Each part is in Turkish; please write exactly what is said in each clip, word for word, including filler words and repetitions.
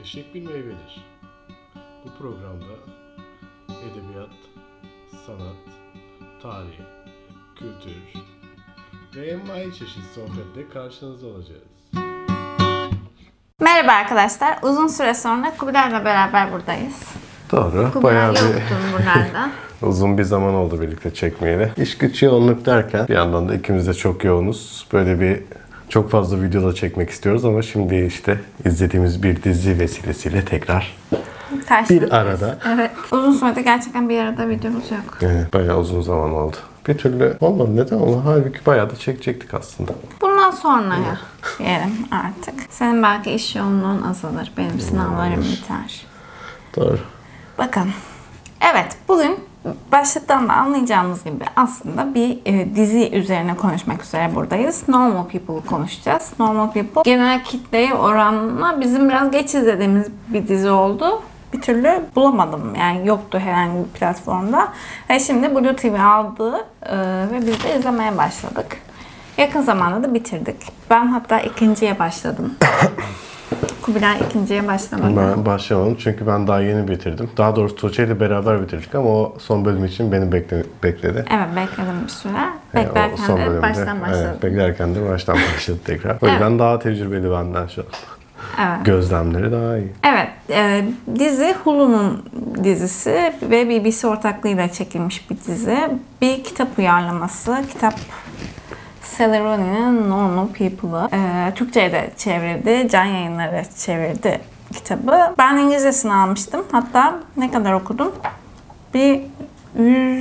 Eşek bir meyvedir. Bu programda edebiyat, sanat, tarih, kültür ve envai çeşit sohbetle karşınızda olacağız. Merhaba arkadaşlar. Uzun süre sonra Kubilay'la beraber buradayız. Doğru. Kubilay Bayağı bir buralarda. uzun bir zaman oldu birlikte çekmeyeli. İş güç yoğunluk derken bir yandan da ikimiz de çok yoğunuz. Böyle bir çok fazla videoda çekmek istiyoruz ama şimdi işte izlediğimiz bir dizi vesilesiyle tekrar bir arada. Evet. Uzun süredir gerçekten bir arada videomuz yok. Evet, bayağı uzun zaman oldu. Bir türlü olmadı. Neden oldu? Halbuki bayağı da çekecektik aslında. Bundan sonraya diyelim artık. Senin belki iş yoğunluğun azalır. Benim sınavlarım biter. Doğru. Bakın. Evet. Bugün başlıktan da anlayacağımız gibi aslında bir e, dizi üzerine konuşmak üzere buradayız. Normal People'ı konuşacağız. Normal People genel kitleye oranla bizim biraz geç izlediğimiz bir dizi oldu. Bir türlü bulamadım. Yani yoktu herhangi bir platformda. Ve şimdi Blue T V aldı e, ve biz de izlemeye başladık. Yakın zamanda da bitirdik. Ben hatta ikinciye başladım. Kubilay ikinciye başlamadı. Ben başlamadım çünkü ben daha yeni bitirdim. Daha doğrusu Tuğçe ile beraber bitirdik ama o son bölüm için beni bekle, bekledi. Evet, bekledim bir süre. Beklerken yani de bölümde, baştan başladım. Evet, beklerken de baştan başladı tekrar. O yüzden evet. Daha tecrübeli benden şu an. Evet. Gözlemleri daha iyi. Evet. E, dizi Hulu'nun dizisi ve B B C ortaklığıyla çekilmiş bir dizi. Bir kitap uyarlaması. Kitap Sally Rooney'nin Normal People'ı. E, Türkçe'ye de çevrildi. Can Yayınları çevirdi kitabı. Ben İngilizcesini almıştım. Hatta ne kadar okudum? Bir yüz,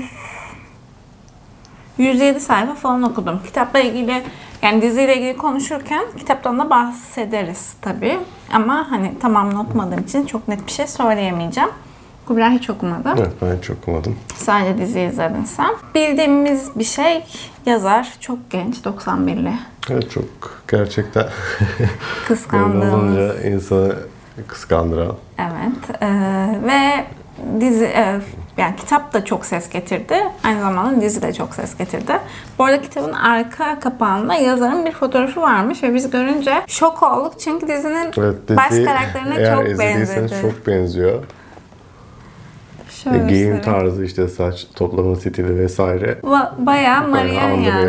yüz yedi sayfa falan okudum. Kitapla ilgili, yani diziyle ilgili konuşurken kitaptan da bahsederiz tabii. Ama hani tamamını okumadığım için çok net bir şey söyleyemeyeceğim. Kubilay hiç okumadı. Evet, ben hiç okumadım. Sadece dizi izledin sen. Bildiğimiz bir şey, yazar çok genç, doksan birli. Evet, çok gerçekten kıskandığımız. olunca insanı kıskandıran. Evet e, ve dizi, e, yani kitap da çok ses getirdi. Aynı zamanda dizi de çok ses getirdi. Bu arada kitabın arka kapağında yazarın bir fotoğrafı varmış ve biz görünce şok olduk. Çünkü dizinin evet, dizi, baş karakterine çok benzedi. Çok benziyor. Şöyle giyim tarzı, işte saç toplama stili vesaire. Ba- bayağı Marian yani.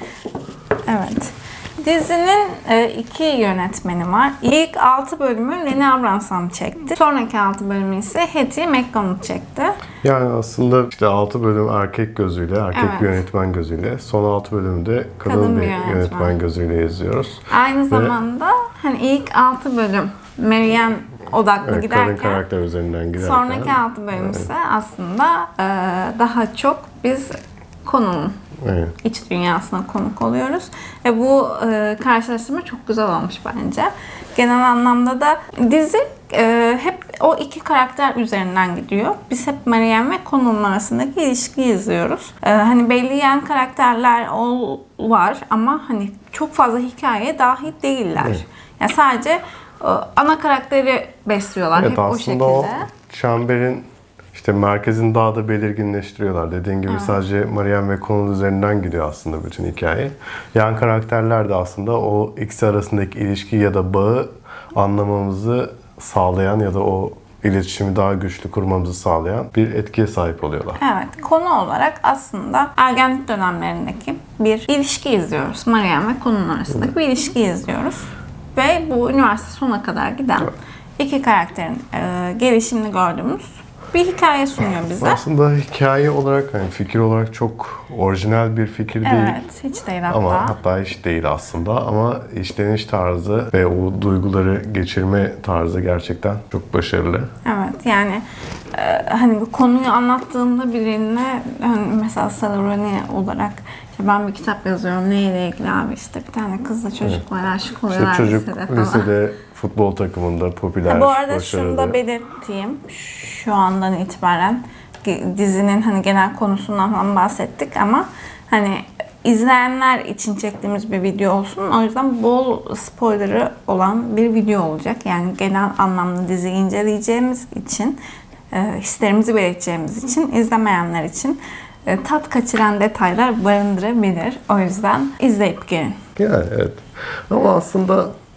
Evet. Dizinin e, iki yönetmeni var. İlk altı bölümü Lenny Abrahamson çekti. Sonraki altı bölümü ise Hattie McDonald çekti. Yani aslında işte altı bölüm erkek gözüyle, erkek evet. bir yönetmen gözüyle. Son altı bölümde kadın, kadın bir, bir yönetmen. yönetmen gözüyle izliyoruz. Aynı Ve, zamanda hani ilk altı bölüm Marian odaklı evet, giderken, kadın karakter üzerinden giderken sonraki altı bölüm ise evet. aslında e, daha çok biz konunun evet. iç dünyasına konuk oluyoruz. Ve bu e, karşılaştırma çok güzel olmuş bence. Genel anlamda da dizi e, hep o iki karakter üzerinden gidiyor. Biz hep Marian ve konunun arasındaki ilişkiyi izliyoruz. E, hani belli yan karakterler ol, var ama hani çok fazla hikayeye dahil değiller. Evet. Yani sadece ana karakteri besliyorlar evet, hep o şekilde. O çemberin işte merkezini daha da belirginleştiriyorlar. Dediğin gibi evet. sadece Marian ve Conal üzerinden gidiyor aslında bütün hikaye. Yan karakterler de aslında o ikisi arasındaki ilişki ya da bağı anlamamızı sağlayan ya da o iletişimi daha güçlü kurmamızı sağlayan bir etkiye sahip oluyorlar. Evet, konu olarak aslında ergenlik dönemlerindeki bir ilişki izliyoruz. Marian ve Conal'ın arasındaki bir ilişki izliyoruz. Ve bu üniversite sonuna kadar giden evet. iki karakterin e, gelişimini gördüğümüz bir hikaye sunuyor bize. Aslında hikaye olarak, yani fikir olarak çok orijinal bir fikir değil. Evet, hiç değil hatta. Ama hatta hiç değil aslında. Ama işleniş tarzı ve o duyguları geçirme tarzı gerçekten çok başarılı. Evet, yani e, hani bu konuyu anlattığında birine, hani mesela Sally Rooney olarak işte ben bir kitap yazıyorum, neyle ilgili abi, işte bir tane kızla çocuklar evet. aşık oluyorlar işte çocuk lisede falan. lisede futbol takımında popüler, ha, bu arada başarılı. şunu da belirteyim, şu andan itibaren dizinin hani genel konusundan falan bahsettik ama hani izleyenler için çektiğimiz bir video olsun. O yüzden bol spoiler'ı olan bir video olacak. Yani genel anlamda diziyi inceleyeceğimiz için, hislerimizi belirteceğimiz için, izlemeyenler için tat kaçıran detaylar barındırabilir. O yüzden izleyip gelin. Yani evet. Ama aslında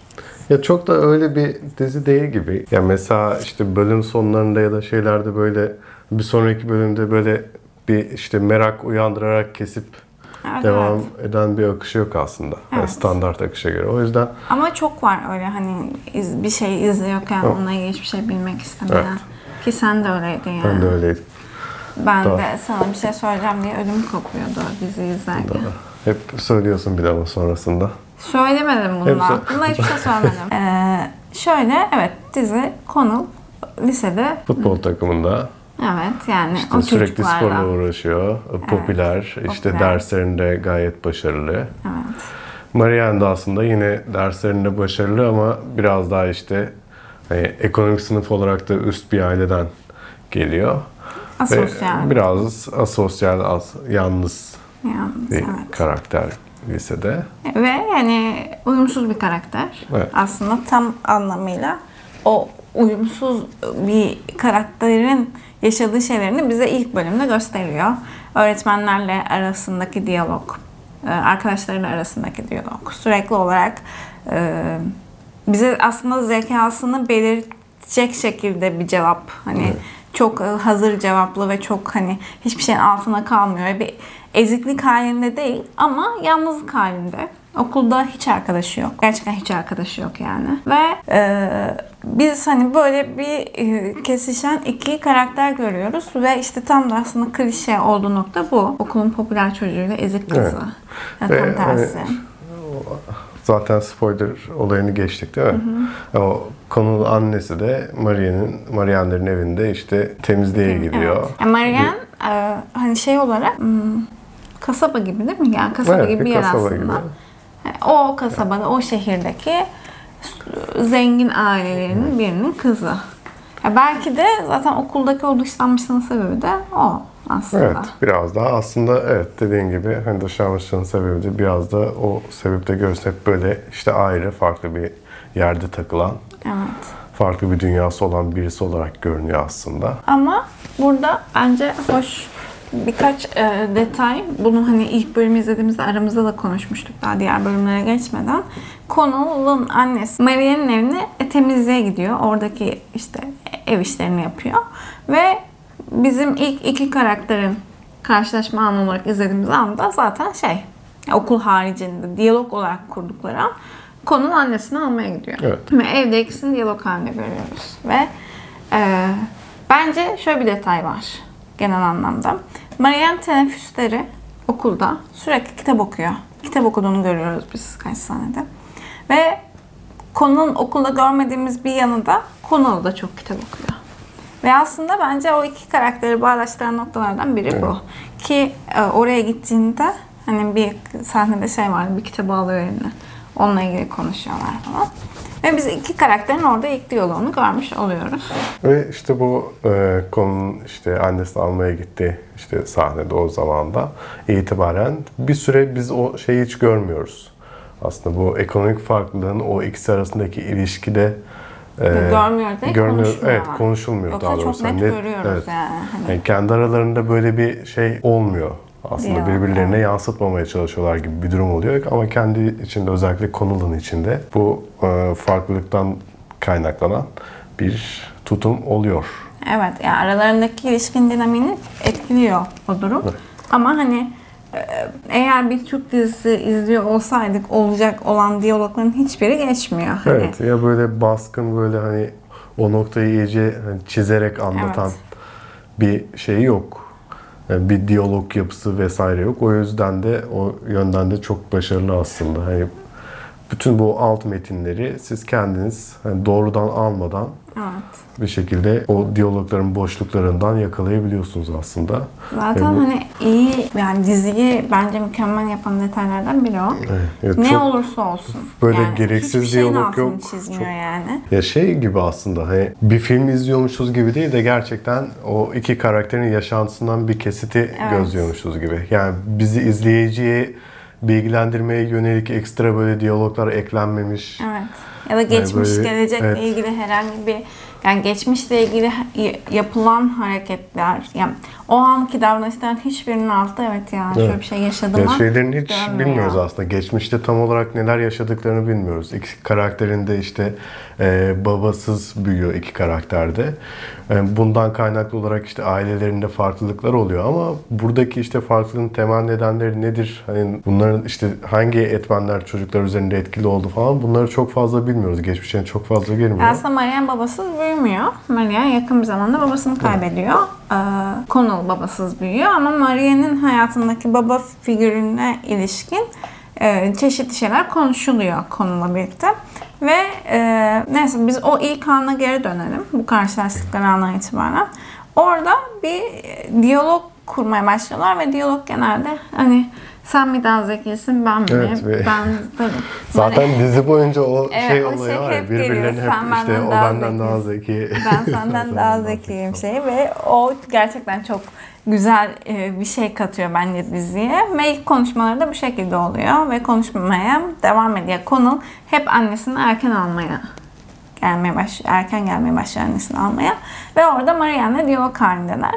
Ya çok da öyle bir dizi değil gibi. Ya mesela işte bölüm sonlarında ya da şeylerde böyle bir sonraki bölümde böyle bir işte merak uyandırarak kesip Evet, devam evet. eden bir akışı yok aslında. Yani Evet. standart akışa göre. O yüzden Ama çok var öyle hani iz- bir şey izliyorken Tamam. onunla ilgili hiçbir şey bilmek istemeyen. Evet. Ki sen de öyleydin yani. ben de öyleydim. Ben Daha- de sana bir şey söyleyeceğim diye ödüm kopuyordu o diziyi izlerken. Hep söylüyorsun bir de ama sonrasında. Söylemedim Hep bunu. sö- Bunda hiçbir şey söylemedim. Ee, şöyle evet dizi konu lisede Futbol takımında evet yani işte o sürekli çocuklarla. sporla uğraşıyor. Popüler, işte popüler. derslerinde gayet başarılı. Evet. Marianne de aslında yine derslerinde başarılı ama biraz daha işte hani ekonomik sınıf olarak da üst bir aileden geliyor. Asosyal. Ve biraz asosyal, az, yalnız Yalnız, bir evet. karakter lisede. Ve yani uyumsuz bir karakter. Evet. Aslında tam anlamıyla o uyumsuz bir karakterin yaşadığı şeylerini bize ilk bölümde gösteriyor. Öğretmenlerle arasındaki diyalog, arkadaşlarıyla arasındaki diyalog. Sürekli olarak e, bize aslında zekasını belirtecek şekilde bir cevap. Hani Evet. çok hazır cevaplı ve çok hani hiçbir şeyin altına kalmıyor. Bir eziklik halinde değil ama yalnızlık halinde. Okulda hiç arkadaşı yok. Gerçekten hiç arkadaşı yok yani. Ve e, biz hani böyle bir e, kesişen iki karakter görüyoruz ve işte tam da aslında klişe olduğu nokta bu. Okulun popüler çocuğuyla ezik kızı. Evet. Ya Ve tam tersi. hani zaten spoiler olayını geçtik değil mi? O konunun annesi de Marianne'in Marianne'lerin evinde işte temizliğe gidiyor. Evet. Yani Marianne e, hani şey olarak hmm, kasaba gibi değil mi? Yani kasaba Evet, gibi bir bir yer kasaba aslında. gibi. Yani o kasabada, o şehirdeki zengin ailelerinin birinin kızı. Ya belki de zaten okuldaki o dışlanmışlığın sebebi de o aslında. Evet, biraz daha aslında evet dediğin gibi hani dışlanmışlığın sebebi de biraz da o sebeple görürsün hep böyle işte aile farklı bir yerde takılan, Evet. farklı bir dünyası olan birisi olarak görünüyor aslında. Ama burada bence hoş birkaç e, detay, bunu hani ilk bölümü izlediğimizde aramızda da konuşmuştuk daha diğer bölümlere geçmeden. Conal'ın annesi Marianne'in evine e, temizliğe gidiyor. Oradaki işte ev işlerini yapıyor. Ve bizim ilk iki karakterin karşılaşma anı olarak izlediğimiz anda zaten şey, okul haricinde diyalog olarak kurdukları an Conal annesini almaya gidiyor. Evet. Ve evde ikisini diyalog halinde görüyoruz. Ve e, bence şöyle bir detay var genel anlamda. Marianne teneffüsleri okulda sürekli kitap okuyor. Kitap okuduğunu görüyoruz biz kaç sahnede. Ve Conal'ın okulda görmediğimiz bir yanı da Conal da çok kitap okuyor. Ve aslında bence o iki karakteri bağdaştıran noktalardan biri Evet. bu. Ki e, oraya gittiğinde hani bir sahnede şey var, bir kitabı alıyor eline. Onunla ilgili konuşuyorlar falan. Ve biz iki karakterin orada ilk diyaloğunu görmüş oluyoruz. Ve işte bu e, konunun işte annesini almaya gitti işte sahnede o zamanda itibaren bir süre biz o şeyi hiç görmüyoruz. Aslında bu ekonomik farklılığın o ikisi arasındaki ilişkide e, Görmüyor değil, görmüyor- konuşmuyor. Evet, konuşulmuyor Yoksa daha çok doğrusu. net Net- görüyoruz evet. yani. Hani Yani kendi aralarında böyle bir şey olmuyor. Aslında Diyalog, birbirlerine evet. yansıtmamaya çalışıyorlar gibi bir durum oluyor. Ama kendi içinde özellikle Conal'ın içinde bu e, farklılıktan kaynaklanan bir tutum oluyor. evet, yani aralarındaki ilişkin dinamiğini etkiliyor o durum. Ama hani e, eğer bir Türk dizisi izliyor olsaydık olacak olan diyalogların hiçbiri geçmiyor. Hani, Evet, ya böyle baskın böyle hani o noktayı iyice hani çizerek anlatan Evet. bir şey yok. Yani bir diyalog yapısı vesaire yok. O yüzden de o yönden de çok başarılı aslında. Hani bütün bu alt metinleri siz kendiniz hani doğrudan almadan Evet. bir şekilde o diyalogların boşluklarından yakalayabiliyorsunuz aslında. Zaten Yani bu- hani iyi yani diziyi bence mükemmel yapan detaylardan biri o. Evet, Ne çok- olursa olsun. böyle yani gereksiz hiçbir şeyin diyalog altını yok. çizmiyor Çok- yani. Ya şey gibi aslında hani bir film izliyormuşuz gibi değil de gerçekten o iki karakterin yaşantısından bir kesiti Evet. gözlüyormuşuz gibi. Yani bizi izleyiciye bilgilendirmeye yönelik ekstra böyle diyaloglar eklenmemiş. Evet. Ya da geçmiş, böyle- gelecekle evet. ilgili herhangi bir Yani geçmişle ilgili yapılan hareketler, yani o anki davranışların hiçbirinin altında evet ya şöyle bir şey yaşadım. Ya şeylerin hiç dönmüyor. bilmiyoruz aslında. Geçmişte tam olarak neler yaşadıklarını bilmiyoruz. İki karakterinde işte e, babasız büyüyor iki karakterde. E, bundan kaynaklı olarak işte ailelerinde farklılıklar oluyor ama buradaki işte farklılığın temel nedenleri nedir? Hani bunların işte hangi etmenler çocuklar üzerinde etkili oldu falan bunları çok fazla bilmiyoruz. Geçmişine çok fazla girmiyor. Aslında Marianne babasız büyümüyor. Marianne yakın bir zamanda babasını kaybediyor. Ee, Connell babasız büyüyor ama Marianne'in hayatındaki baba figürüne ilişkin e, çeşitli şeyler konuşuluyor Connell'la birlikte. Ve e, neyse biz o ilk ana geri dönelim. Bu karşılaştıkları andan itibaren. Orada bir diyalog kurmaya başlıyorlar ve diyalog genelde hani sen mi daha zekisin ben mi? Evet, ve ben tabii. zaten Hani, dizi boyunca o evet, şey o oluyor şey var ya hep birbirlerine geliyor. hep Sen işte benden o daha benden daha zeki. ben senden daha zekiyim şeyi ve o gerçekten çok güzel bir şey katıyor bence diziye. Ve ilk konuşmaları da bu şekilde oluyor ve konuşmaya devam ediyor. Connell hep annesini erken almaya gelmeye baş, erken gelmeye başlıyor annesini almaya ve orada Marianne'le diyalog halindeler.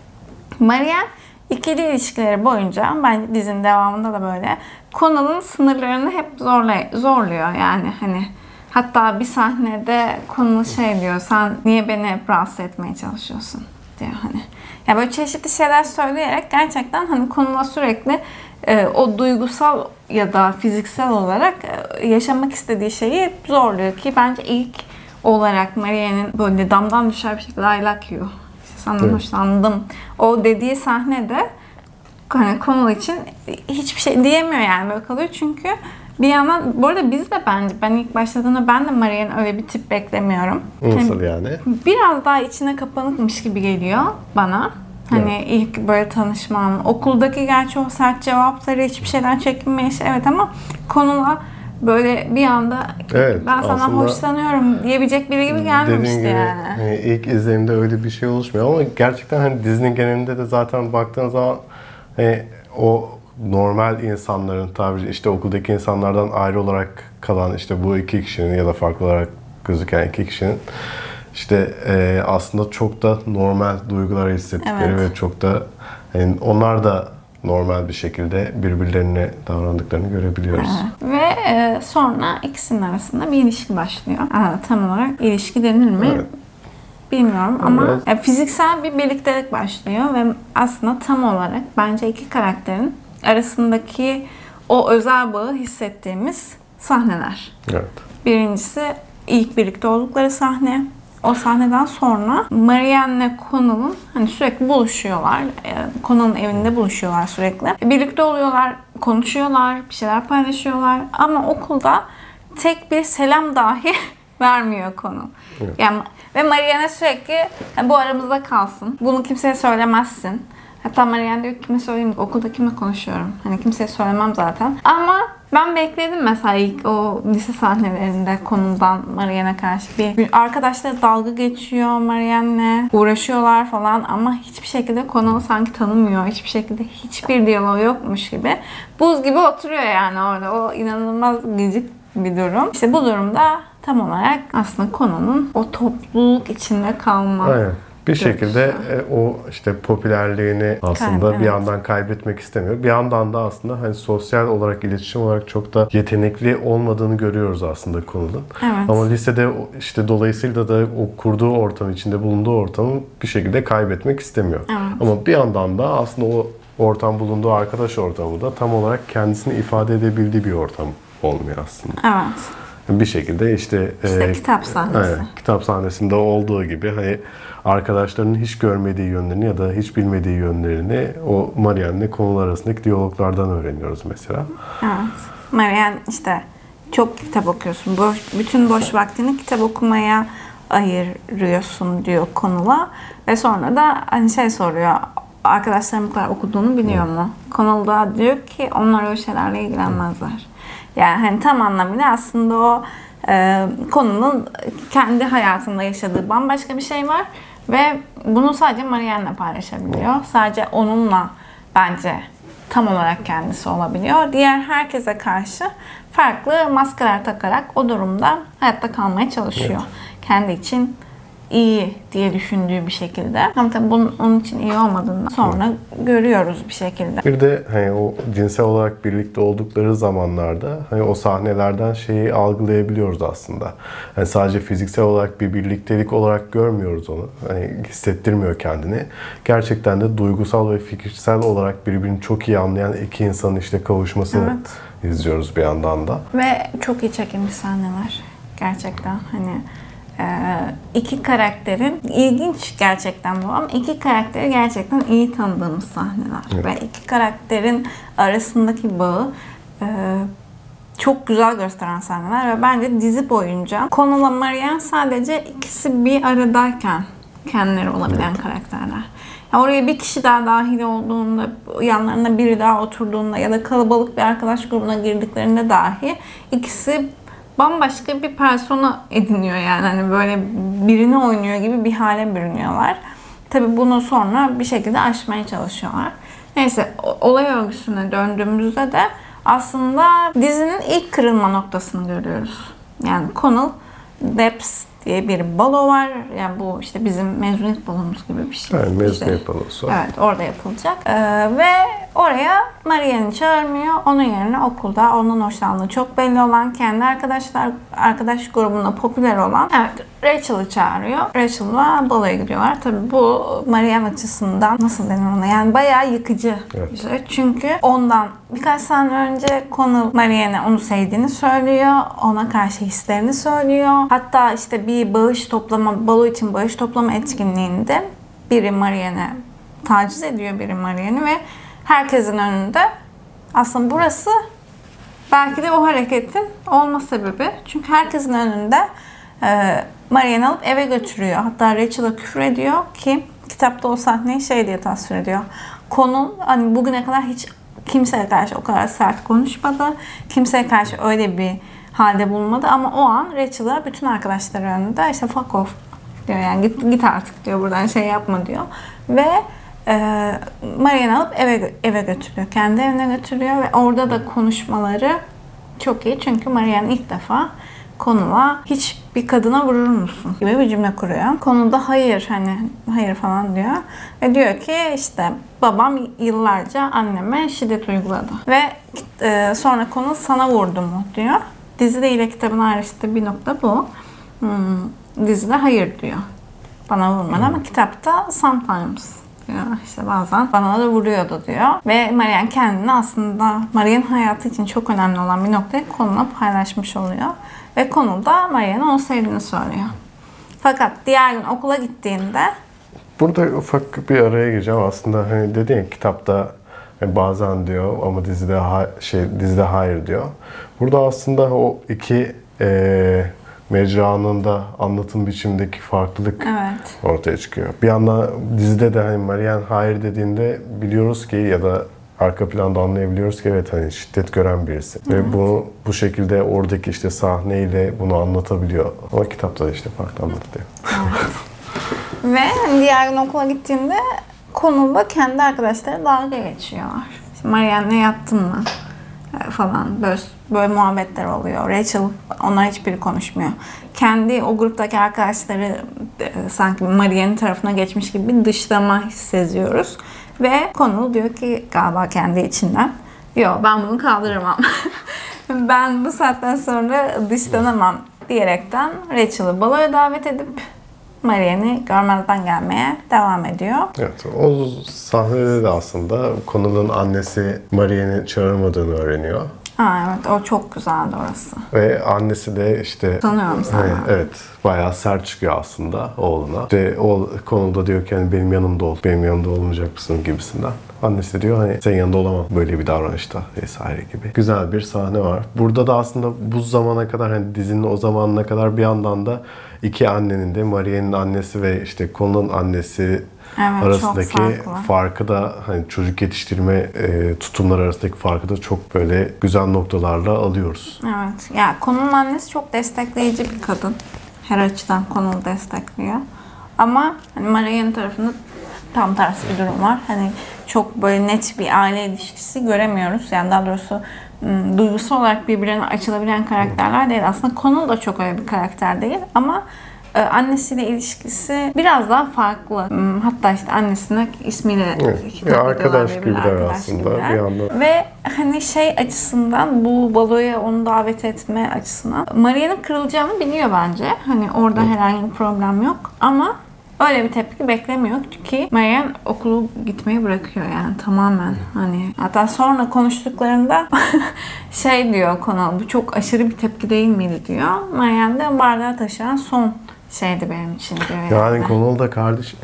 Marianne ikili ilişkileri boyunca bence dizinin devamında da böyle Connell'ın sınırlarını hep zorla, zorluyor yani hani hatta bir sahnede Connell şey diyor sen niye beni hep rahatsız etmeye çalışıyorsun diyor hani. Ya böyle çeşitli şeyler söyleyerek gerçekten hani Connell'a sürekli e, o duygusal ya da fiziksel olarak e, yaşamak istediği şeyi zorluyor ki bence ilk olarak Marianne'in böyle damdan düşer bir şekilde I like you. Senden evet. hoşlandım. O dediği sahnede hani Connell için hiçbir şey diyemiyor yani böyle kalıyor çünkü bir yandan bu arada biz de bence ben ilk başladığında ben de Marianne öyle bir tip beklemiyorum. Nasıl yani? yani? Biraz daha içine kapanıkmış gibi geliyor bana. Hani evet. ilk böyle tanışmam, okuldaki gerçi o sert cevapları hiçbir şeyden çekinmeyişi evet ama Connell'a böyle bir anda evet, ben sana hoşlanıyorum diyebilecek biri gibi gelmemişti gibi, yani. Hani ilk izlediğimde öyle bir şey oluşmuyor ama gerçekten hani dizinin genelinde de zaten baktığın zaman hani o normal insanların tabiri işte okuldaki insanlardan ayrı olarak kalan işte bu iki kişinin ya da farklı olarak gözüken iki kişinin işte e, aslında çok da normal duygular hissettikleri evet. ve çok da yani onlar da normal bir şekilde birbirlerine davrandıklarını görebiliyoruz. Evet. Ve e, sonra ikisinin arasında bir ilişki başlıyor. Aa, tam olarak ilişki denir mi? Evet. Bilmiyorum ama evet. yani fiziksel bir birliktelik başlıyor ve aslında tam olarak bence iki karakterin arasındaki o özel bağı hissettiğimiz sahneler. Evet. Birincisi ilk birlikte oldukları sahne. O sahneden sonra Marianne'le Connell'ın hani sürekli buluşuyorlar. Connell'ın evinde buluşuyorlar sürekli. Birlikte oluyorlar, konuşuyorlar, bir şeyler paylaşıyorlar. Ama okulda tek bir selam dahi vermiyor Connell. Evet. Yani ve Marianne sürekli yani bu aramızda kalsın. Bunu kimseye söylemezsin. Hatta Marianne diyor ki kime söyleyeyim? Okulda kimle konuşuyorum? Hani kimseye söylemem zaten. Ama ben bekledim mesela ilk o lise sahnelerinde Connell'dan Marianne'e karşı bir arkadaşları dalga geçiyor Marianne'le uğraşıyorlar falan ama hiçbir şekilde Connell'ı sanki tanımıyor. Hiçbir şekilde hiçbir diyaloğu yokmuş gibi. Buz gibi oturuyor yani orada. O inanılmaz gıcık bir durum. İşte bu durumda tam olarak aslında Connell'ın o topluluk içinde kalma. Aynen. Bir şekilde e, o işte popülerliğini aslında Kayb, evet. bir yandan kaybetmek istemiyor. Bir yandan da aslında hani sosyal olarak, iletişim olarak çok da yetenekli olmadığını görüyoruz aslında Connell'ın. Evet. Ama lisede işte dolayısıyla da o kurduğu ortam, içinde bulunduğu ortamı bir şekilde kaybetmek istemiyor. Evet. Ama bir yandan da aslında o ortam bulunduğu arkadaş ortamı da tam olarak kendisini ifade edebildiği bir ortam olmuyor aslında. Evet. Bir şekilde işte, işte e, kitap sahnesi. Evet, kitap sahnesinde olduğu gibi hani arkadaşlarının hiç görmediği yönlerini ya da hiç bilmediği yönlerini o Marianne'le Connell arasındaki diyaloglardan öğreniyoruz mesela. Evet. Marianne işte çok kitap okuyorsun. Boş, bütün boş vaktini kitap okumaya ayırıyorsun diyor Connell'a. Ve sonra da hani şey soruyor. Arkadaşlarım bu kadar okuduğunu biliyor mu? Connell da diyor ki onlar öyle şeylerle ilgilenmezler. Yani hani tam anlamıyla aslında o e, konunun kendi hayatında yaşadığı bambaşka bir şey var ve bunu sadece Marianne'le paylaşabiliyor. Sadece onunla bence tam olarak kendisi olabiliyor. Diğer herkese karşı farklı maskeler takarak o durumda hayatta kalmaya çalışıyor. Evet. Kendi için iyi diye düşündüğü bir şekilde. Ama tabii bunun onun için iyi olmadığını sonra görüyoruz bir şekilde. Bir de hani o cinsel olarak birlikte oldukları zamanlarda hani o sahnelerden şeyi algılayabiliyoruz aslında. Hani sadece fiziksel olarak bir birliktelik olarak görmüyoruz onu. Hani hissettirmiyor kendini. Gerçekten de duygusal ve fikirsel olarak birbirini çok iyi anlayan iki insanın işte kavuşmasını evet. izliyoruz bir yandan da. Ve çok iyi çekilmiş sahneler. Gerçekten hani iki karakterin ilginç gerçekten bu ama iki karakteri gerçekten iyi tanıdığımız sahneler. Evet. Ve iki karakterin arasındaki bağı çok güzel gösteren sahneler ve bence dizi boyunca Connell'la Marianne sadece ikisi bir aradayken kendileri olabilen evet. karakterler. Yani oraya bir kişi daha dahil olduğunda, yanlarına biri daha oturduğunda ya da kalabalık bir arkadaş grubuna girdiklerinde dahi ikisi bambaşka bir persona ediniyor yani. Hani böyle birini oynuyor gibi bir hale bürünüyorlar. Tabii bunu sonra bir şekilde aşmaya çalışıyorlar. Neyse, olay örgüsüne döndüğümüzde de aslında dizinin ilk kırılma noktasını görüyoruz. Yani Connell, Debs diye bir balo var. Yani bu işte bizim mezuniyet balomuz gibi bir şey. Evet, mezuniyet işte, balosu. Evet, orada yapılacak. Ee, ve oraya Marianne'i çağırmıyor. Onun yerine okulda onun hoşlandığı çok belli olan, kendi arkadaşlar arkadaş grubunda popüler olan evet, Rachel'ı çağırıyor. Rachel'la baloya gidiyorlar. Tabii bu Marianne açısından nasıl denir ona? Yani bayağı yıkıcı evet. bir şey. Çünkü ondan birkaç sene önce Connell Marianne'e onu sevdiğini söylüyor. Ona karşı hislerini söylüyor. Hatta işte bir bağış toplama, balo için bağış toplama etkinliğinde biri Marianne'e taciz ediyor biri Marianne'i ve herkesin önünde. Aslında burası belki de o hareketin olma sebebi. Çünkü herkesin önünde e, Marianne'i alıp eve götürüyor. Hatta Rachel'a küfür ediyor ki kitapta o sahneyi şey diye tasvir ediyor. Connell hani bugüne kadar hiç kimseye karşı o kadar sert konuşmadı. Kimseye karşı öyle bir halde bulunmadı ama o an Rachel'a bütün arkadaşları önünde işte fuck off diyor, yani git, git artık diyor, buradan şey yapma diyor. Ve e, Marianne'i alıp eve, eve götürüyor. Kendi evine götürüyor ve orada da konuşmaları çok iyi. Çünkü Marianne ilk defa Connell'a hiç bir kadına vurur musun gibi bir cümle kuruyor. Connell da hayır hani hayır falan diyor. Ve diyor ki işte babam yıllarca anneme şiddet uyguladı. Ve e, sonra Connell sana vurdu mu diyor. Dizide ile kitabın ayrıştığı bir nokta bu. Hmm, dizide hayır diyor. Bana vurmadı hmm. ama kitapta sometimes diyor. İşte bazen bana da vuruyordu diyor. Ve Marianne kendini aslında Marianne'in hayatı için çok önemli olan bir noktayı Connell'la paylaşmış oluyor. Ve Connell da Marianne'e onu sevdiğini söylüyor. Fakat diğer gün okula gittiğinde burada ufak bir araya gireceğim. Aslında hani dedin ya kitapta yani bazen diyor ama dizide ha, şey dizide hayır diyor. Burada aslında o iki e, mecranın da anlatım biçimindeki farklılık evet. ortaya çıkıyor. Bir yandan dizide de hani Marianne hayır dediğinde biliyoruz ki ya da arka planda anlayabiliyoruz ki evet hani şiddet gören birisi. Evet. Ve bunu bu şekilde oradaki işte sahneyle bunu anlatabiliyor. Ama kitapta da işte farklı anlatılıyor. Evet. Ve diğer gün okula gittiğinde Connell'da kendi arkadaşları dalga geçiyorlar. İşte Marianne'le yattın mı? Falan böyle, böyle muhabbetler oluyor. Rachel, onlar hiçbiri konuşmuyor. Kendi o gruptaki arkadaşları e, sanki Marianne'in tarafına geçmiş gibi bir dışlama hissediyoruz. Ve Connell diyor ki galiba kendi içinden, yok ben bunu kaldıramam. Ben bu saatten sonra dışlanamam diyerekten Rachel'ı baloya davet edip Marianne'i görmezden gelmeye devam ediyor. Evet, o sahnede de aslında Connell'ın annesi Marianne'i çağırmadığını öğreniyor. Aa, evet, o çok güzeldi orası. Ve annesi de işte... Tanıyorum sana. Evet, evet, bayağı sert çıkıyor aslında oğluna. İşte o Connell diyor ki hani benim yanımda ol, benim yanımda olmayacak mısın gibisinden. Annesi de diyor hani senin yanında olamam böyle bir davranışta vesaire gibi. Güzel bir sahne var. Burada da aslında bu zamana kadar hani dizinin o zamanına kadar bir yandan da iki annenin de Marianne'in annesi ve işte Connell'ın annesi evet, arasındaki farkı da hani çocuk yetiştirme e, tutumları arasındaki farkı da çok böyle güzel noktalarla alıyoruz. Evet. Ya yani Connell'ın annesi çok destekleyici bir kadın. Her açıdan Connell destekliyor. Ama hani Marianne tarafında tam tersi bir durum var. Hani çok böyle net bir aile ilişkisi göremiyoruz. Yani daha doğrusu duygusal olarak birbirine açılabilen karakterler değil. Aslında Connell da çok öyle bir karakter değil ama Ee, annesiyle ilişkisi biraz daha farklı. Hmm, Hatta işte annesine ismiyle Evet. hitap Ya ediyorlar arkadaş birbirine, gibiler arkadaş aslında gibiler. bir yandan. Ve hani şey açısından bu baloya onu davet etme açısından Maria'nın kırılacağını biliyor bence. Hani orada evet. herhangi bir problem yok ama öyle bir tepki beklemiyor ki Marian okulu gitmeyi bırakıyor yani tamamen. Hani hatta sonra konuştuklarında şey diyor Connell, bu çok aşırı bir tepki değil miydi diyor. Marian da bardağı taşıran son şeydi benim için diyor yani. Yani Connell da kardeş.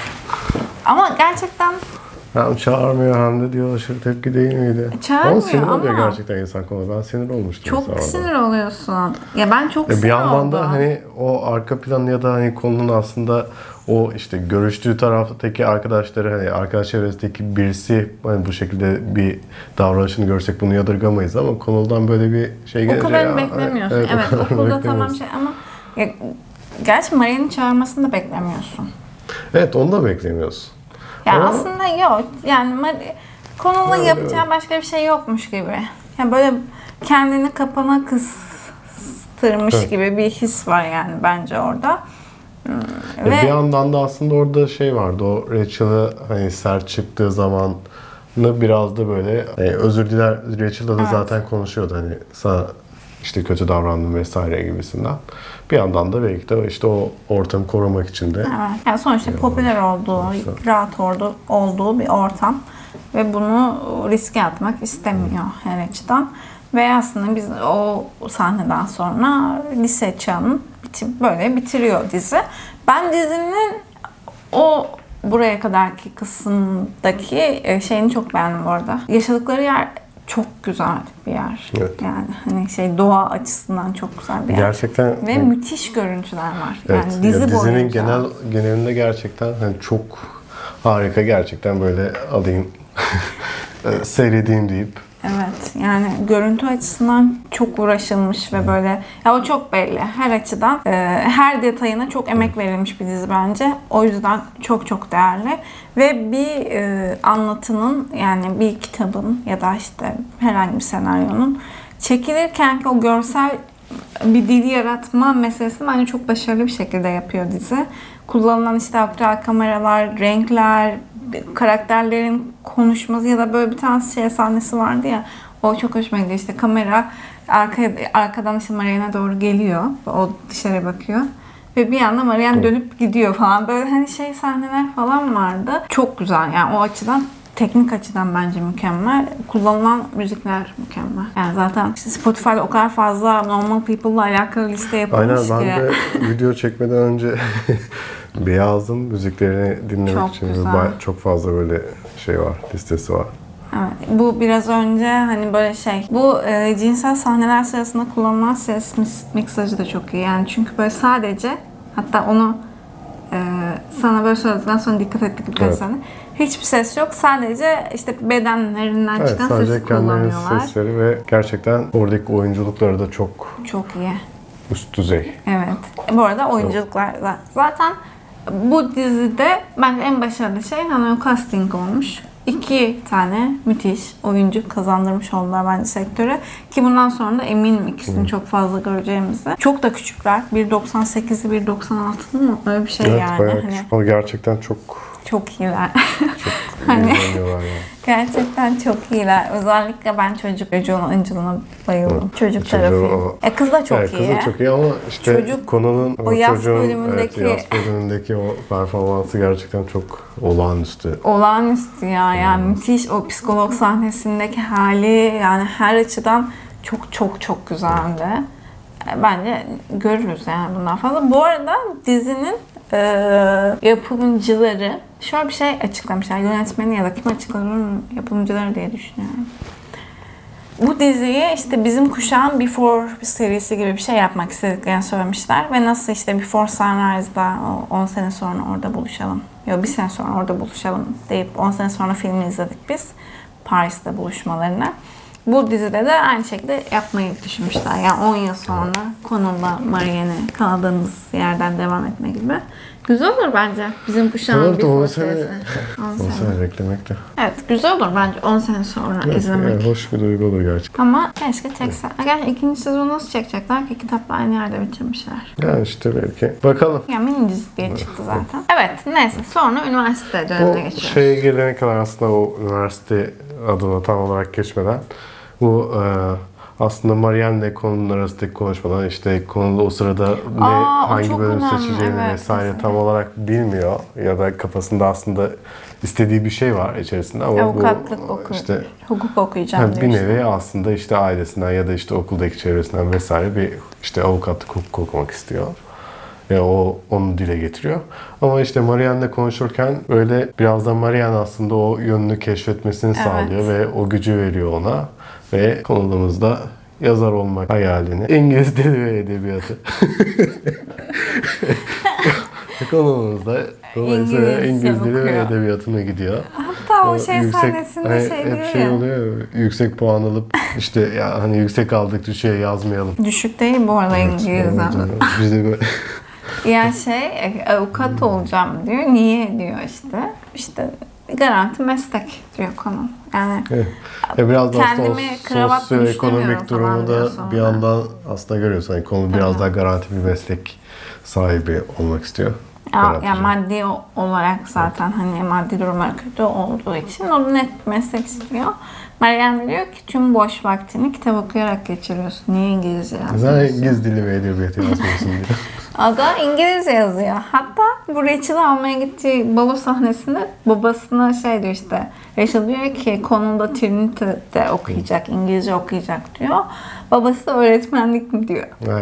Ama gerçekten Hem çağırmıyor hem de diyor aşırı tepki değil miydi? Çağırmıyor ama sinir oluyor ama gerçekten insan Connell. Ben sinir olmuştum. Çok sinir oluyorsun. Ya ben çok e sinir bir yandan oldum. da hani o arka plan ya da hani konunun aslında o işte görüştüğü taraftaki arkadaşları hani arkadaş çevresindeki birisi hani bu şekilde bir davranışını görsek bunu yadırgamayız ama Connell'dan böyle bir şey gelince... O kadarını beklemiyorsun. Evet, evet okulda tamam şey ama ya, gerçi Maria'nın çağırmasını da beklemiyorsun. Evet onu da beklemiyorsun. Ya ama... aslında yok. Yani Maria, Connell'ın evet, yapacağı evet. başka bir şey yokmuş gibi. Yani böyle kendini kapana kıstırmış evet. gibi bir his var yani bence orada. Ve bir yandan da aslında orada şey vardı, o Rachel'ı hani sert çıktığı zamanı biraz da böyle hani özür diler, Rachel'la da evet. zaten konuşuyordu hani sana işte kötü davrandım vesaire gibisinden. Bir yandan da belki de işte o ortamı korumak için de. Evet. Yani sonuçta popüler olduğu, rahat olduğu, olduğu bir ortam ve bunu riske atmak istemiyor her açıdan. Ve aslında biz o sahneden sonra lise çağının böyle bitiriyor dizi. Ben dizinin o buraya kadarki kısımdaki şeyini çok beğendim bu arada. Yaşadıkları yer çok güzel bir yer. Evet. Yani hani şey doğa açısından çok güzel bir yer. Gerçekten ve müthiş görüntüler var. Evet. Yani dizi ya dizinin boyunca. genel genelinde gerçekten hani çok harika, gerçekten böyle alayım seyredeyim deyip. Evet yani görüntü açısından çok uğraşılmış ve böyle ya o çok belli her açıdan e, her detayına çok emek verilmiş bir dizi bence. O yüzden çok çok değerli ve bir e, anlatının yani bir kitabın ya da işte herhangi bir senaryonun çekilirken ki o görsel bir dil yaratma meselesini bence çok başarılı bir şekilde yapıyor dizi. Kullanılan işte aktüel kameralar, renkler, karakterlerin konuşması ya da böyle bir tane şey sahnesi vardı ya, o çok hoşuma gidiyor. İşte kamera arkaya, arkadan işte Marian'a doğru geliyor. O dışarı bakıyor. Ve bir anda Marian dönüp gidiyor falan. Böyle hani şey sahneler falan vardı. Çok güzel yani o açıdan. Teknik açıdan bence mükemmel. Kullanılan müzikler mükemmel. Yani zaten işte Spotify'da o kadar fazla Normal People'la alakalı liste yapılmış Aynen, ki. ben de video çekmeden önce Beyaz'ın müziklerini dinlemek çok için güzel. çok fazla böyle şey var, listesi var. Evet, bu biraz önce hani böyle şey, bu e, cinsel sahneler sırasında kullanılan ses miksajı da çok iyi. Yani çünkü böyle sadece, hatta onu e, sana böyle söyledikten sonra dikkat ettik birkaç evet. saniye. Hiçbir ses yok. Sadece işte bedenlerinden evet, çıkan sesi kullanıyorlar. Sesleri ve gerçekten oradaki oyunculukları da çok çok iyi. Üst düzey. Evet. Bu arada oyunculuklar da zaten bu dizide bence en başarılı şey hani o casting olmuş. İki tane müthiş oyuncu kazandırmış oldular bence sektöre. Ki bundan sonra da eminim ikisini hmm. çok fazla göreceğimizi. Çok da küçükler. bir doksan sekizli bir doksan altılı mı? Öyle bir şey evet, yani. Bayağı hani küçük. O gerçekten çok çok iyiler. Çok hani yani. Gerçekten çok iyiler. Özellikle ben çocuk çocuğun oyunculuğuna bayıldım. Evet. Çocuk Çocuğu, tarafı. O... E kız da çok evet, iyi. Kız da çok iyi ama işte çocuk, konunun o, o yaz çocuğun bölümündeki evet, yaz bölümündeki o performansı gerçekten çok olağanüstü. Olağanüstü ya. Yani hmm. müthiş o psikolog sahnesindeki hali yani her açıdan çok çok çok güzeldi. Bence görürüz yani bundan fazla. Bu arada dizinin e, yapımcıları şöyle bir şey açıklamışlar. Yönetmeni ya da kim açıkladı yapımcıları diye düşünüyorum. Bu diziyi işte bizim kuşağın Before serisi gibi bir şey yapmak istediklerini söylemişler. Ve nasıl işte Before Sunrise'da on sene sonra orada buluşalım. Yok bir sene sonra orada buluşalım deyip on sene sonra filmi izledik biz. Paris'te buluşmalarını. Bu dizide de aynı şekilde yapmayı düşünmüşler. Yani on yıl sonra Connell'la Marianne kaldığımız yerden devam etme gibi. Güzel olur bence bizim kuşağın Evet, bir on felsefesi. sene- on on sene. sene beklemekte. Evet, güzel olur bence on sene sonra Evet, izlemek. yani hoş bir duygu olur gerçekten. Ama keşke çekse. Gerçi ikinci sezonu nasıl çekecekler ki kitapla aynı yerde bitirmişler. Yani işte belki. Bakalım. Ya mini dizi diye çıktı zaten. Evet, neyse sonra üniversite dönemine O geçiyoruz. şeye gelene kadar aslında o üniversite adına tam olarak geçmeden bu e, aslında Marianne konunun arasındaki konuşmadan işte konuda o sırada ne Aa, o hangi çok bölüm önemli, seçeceğini evet, vesaire kesinlikle. tam olarak bilmiyor ya da kafasında aslında istediği bir şey var içerisinde ama Avukatlık bu oku, işte hukuk okuyacağım ha, diyor bir işte. nevi aslında işte ailesinden ya da işte okuldaki çevresinden vesaire bir işte avukatlık hukuk okumak istiyor. Ya o onu dile getiriyor. Ama işte Marianne'le konuşurken böyle biraz da Marianne aslında o yönünü keşfetmesini Evet. sağlıyor ve o gücü veriyor ona. Ve konumuzda yazar olmak hayalini, İngiliz dili ve edebiyatı. konumuzda dolayısıyla İngilizce İngiliz dili ve okuyor. edebiyatına gidiyor. Hatta o şey sahnesinde hani şey hep diyor şey ya. oluyor ya, yüksek puan alıp işte ya hani yüksek aldık düşüğe yazmayalım. Düşük değil bu arada İngilizce. Biz de böyle Ya şey avukat olacağım diyor. Niye diyor işte. İşte garanti meslek diyor konu. Yani evet. Ya biraz da aslında kendimi o kravatla sosyoekonomik düşünemiyorum falan durumu diyor da sonra. bir yandan aslında görüyorsun. Hani konu biraz daha garanti bir meslek sahibi olmak istiyor. Ya, Garantici. yani maddi o- olarak zaten hani maddi durumları kötü olduğu için o net meslek istiyor. Marianne diyor ki tüm boş vaktini kitap okuyarak geçiriyorsun. Niye İngilizce Sen yazmıyorsun? İngiliz dili ve edebiyatı yazmıyorsun diyor. O da İngilizce yazıyor. Hatta bu Rachel'ı almaya gittiği balo sahnesinde babasına şey diyor işte. Rachel diyor ki konumda Trinity'de okuyacak, İngilizce okuyacak diyor. Babası da öğretmenlik mi diyor. Yani,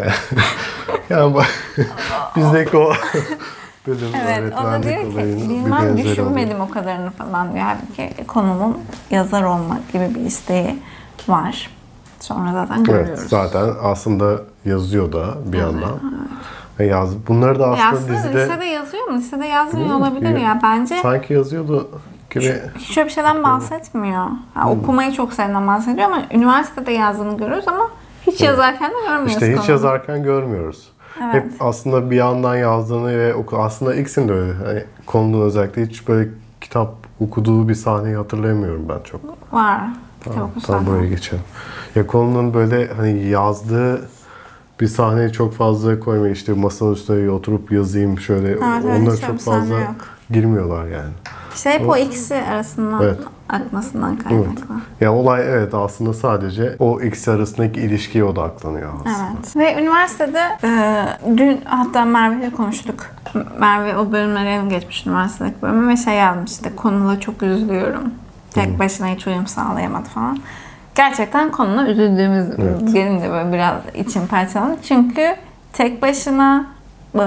yani bak, bizdeki o bölüm Evet, o da diyor öğretmenlik ki olayının bir bilmem benzeri oluyor. düşünmedim o kadarını falan diyor. Halbuki konumun yazar olmak gibi bir isteği var. Sonra zaten görüyoruz. Evet, zaten aslında yazıyor da bir Yazıyor, yandan. Evet. Yaz, bunları da E aslında, aslında dizide lisede yazıyor mu? Lisede yazmıyor Bilmiyorum olabilir ki. ya. Bence sanki yazıyordu gibi. hiç şöyle bir şeyden bahsetmiyor. Ha, okumayı çok sevdiğinden bahsediyor ama üniversitede yazdığını görüyoruz ama hiç yazarken de görmüyoruz İşte hiç konuyu. yazarken görmüyoruz. Evet. Hep aslında bir yandan yazdığını ve oku, aslında ikisinin de öyle. Hani konunun özellikle hiç böyle kitap okuduğu bir sahneyi hatırlayamıyorum ben çok. Var. Kitap Tamam, oku tam zaten. buraya geçelim. Ya konunun böyle hani yazdığı bir sahneyi çok fazla koymuyor. İşte masanın üstüne oturup yazayım şöyle. evet, Onlar hiç öyle çok bir sahne fazla yok. girmiyorlar yani. İşte hep o ikisi arasından Evet. akmasından Evet. kaynaklı. Ya olay evet aslında sadece o ikisi arasındaki ilişkiye odaklanıyor aslında. Evet. Ve üniversitede e, dün hatta Merve ile konuştuk. Merve o bölümlere geçmiş üniversitedeki bölümü ve şey yazmıştı. Konuyla çok üzülüyorum. Tek başına hiç uyum sağlayamadı falan. Gerçekten konuna üzüldüğümüz Evet. gelince böyle biraz içim parçalandı. Çünkü tek başına e,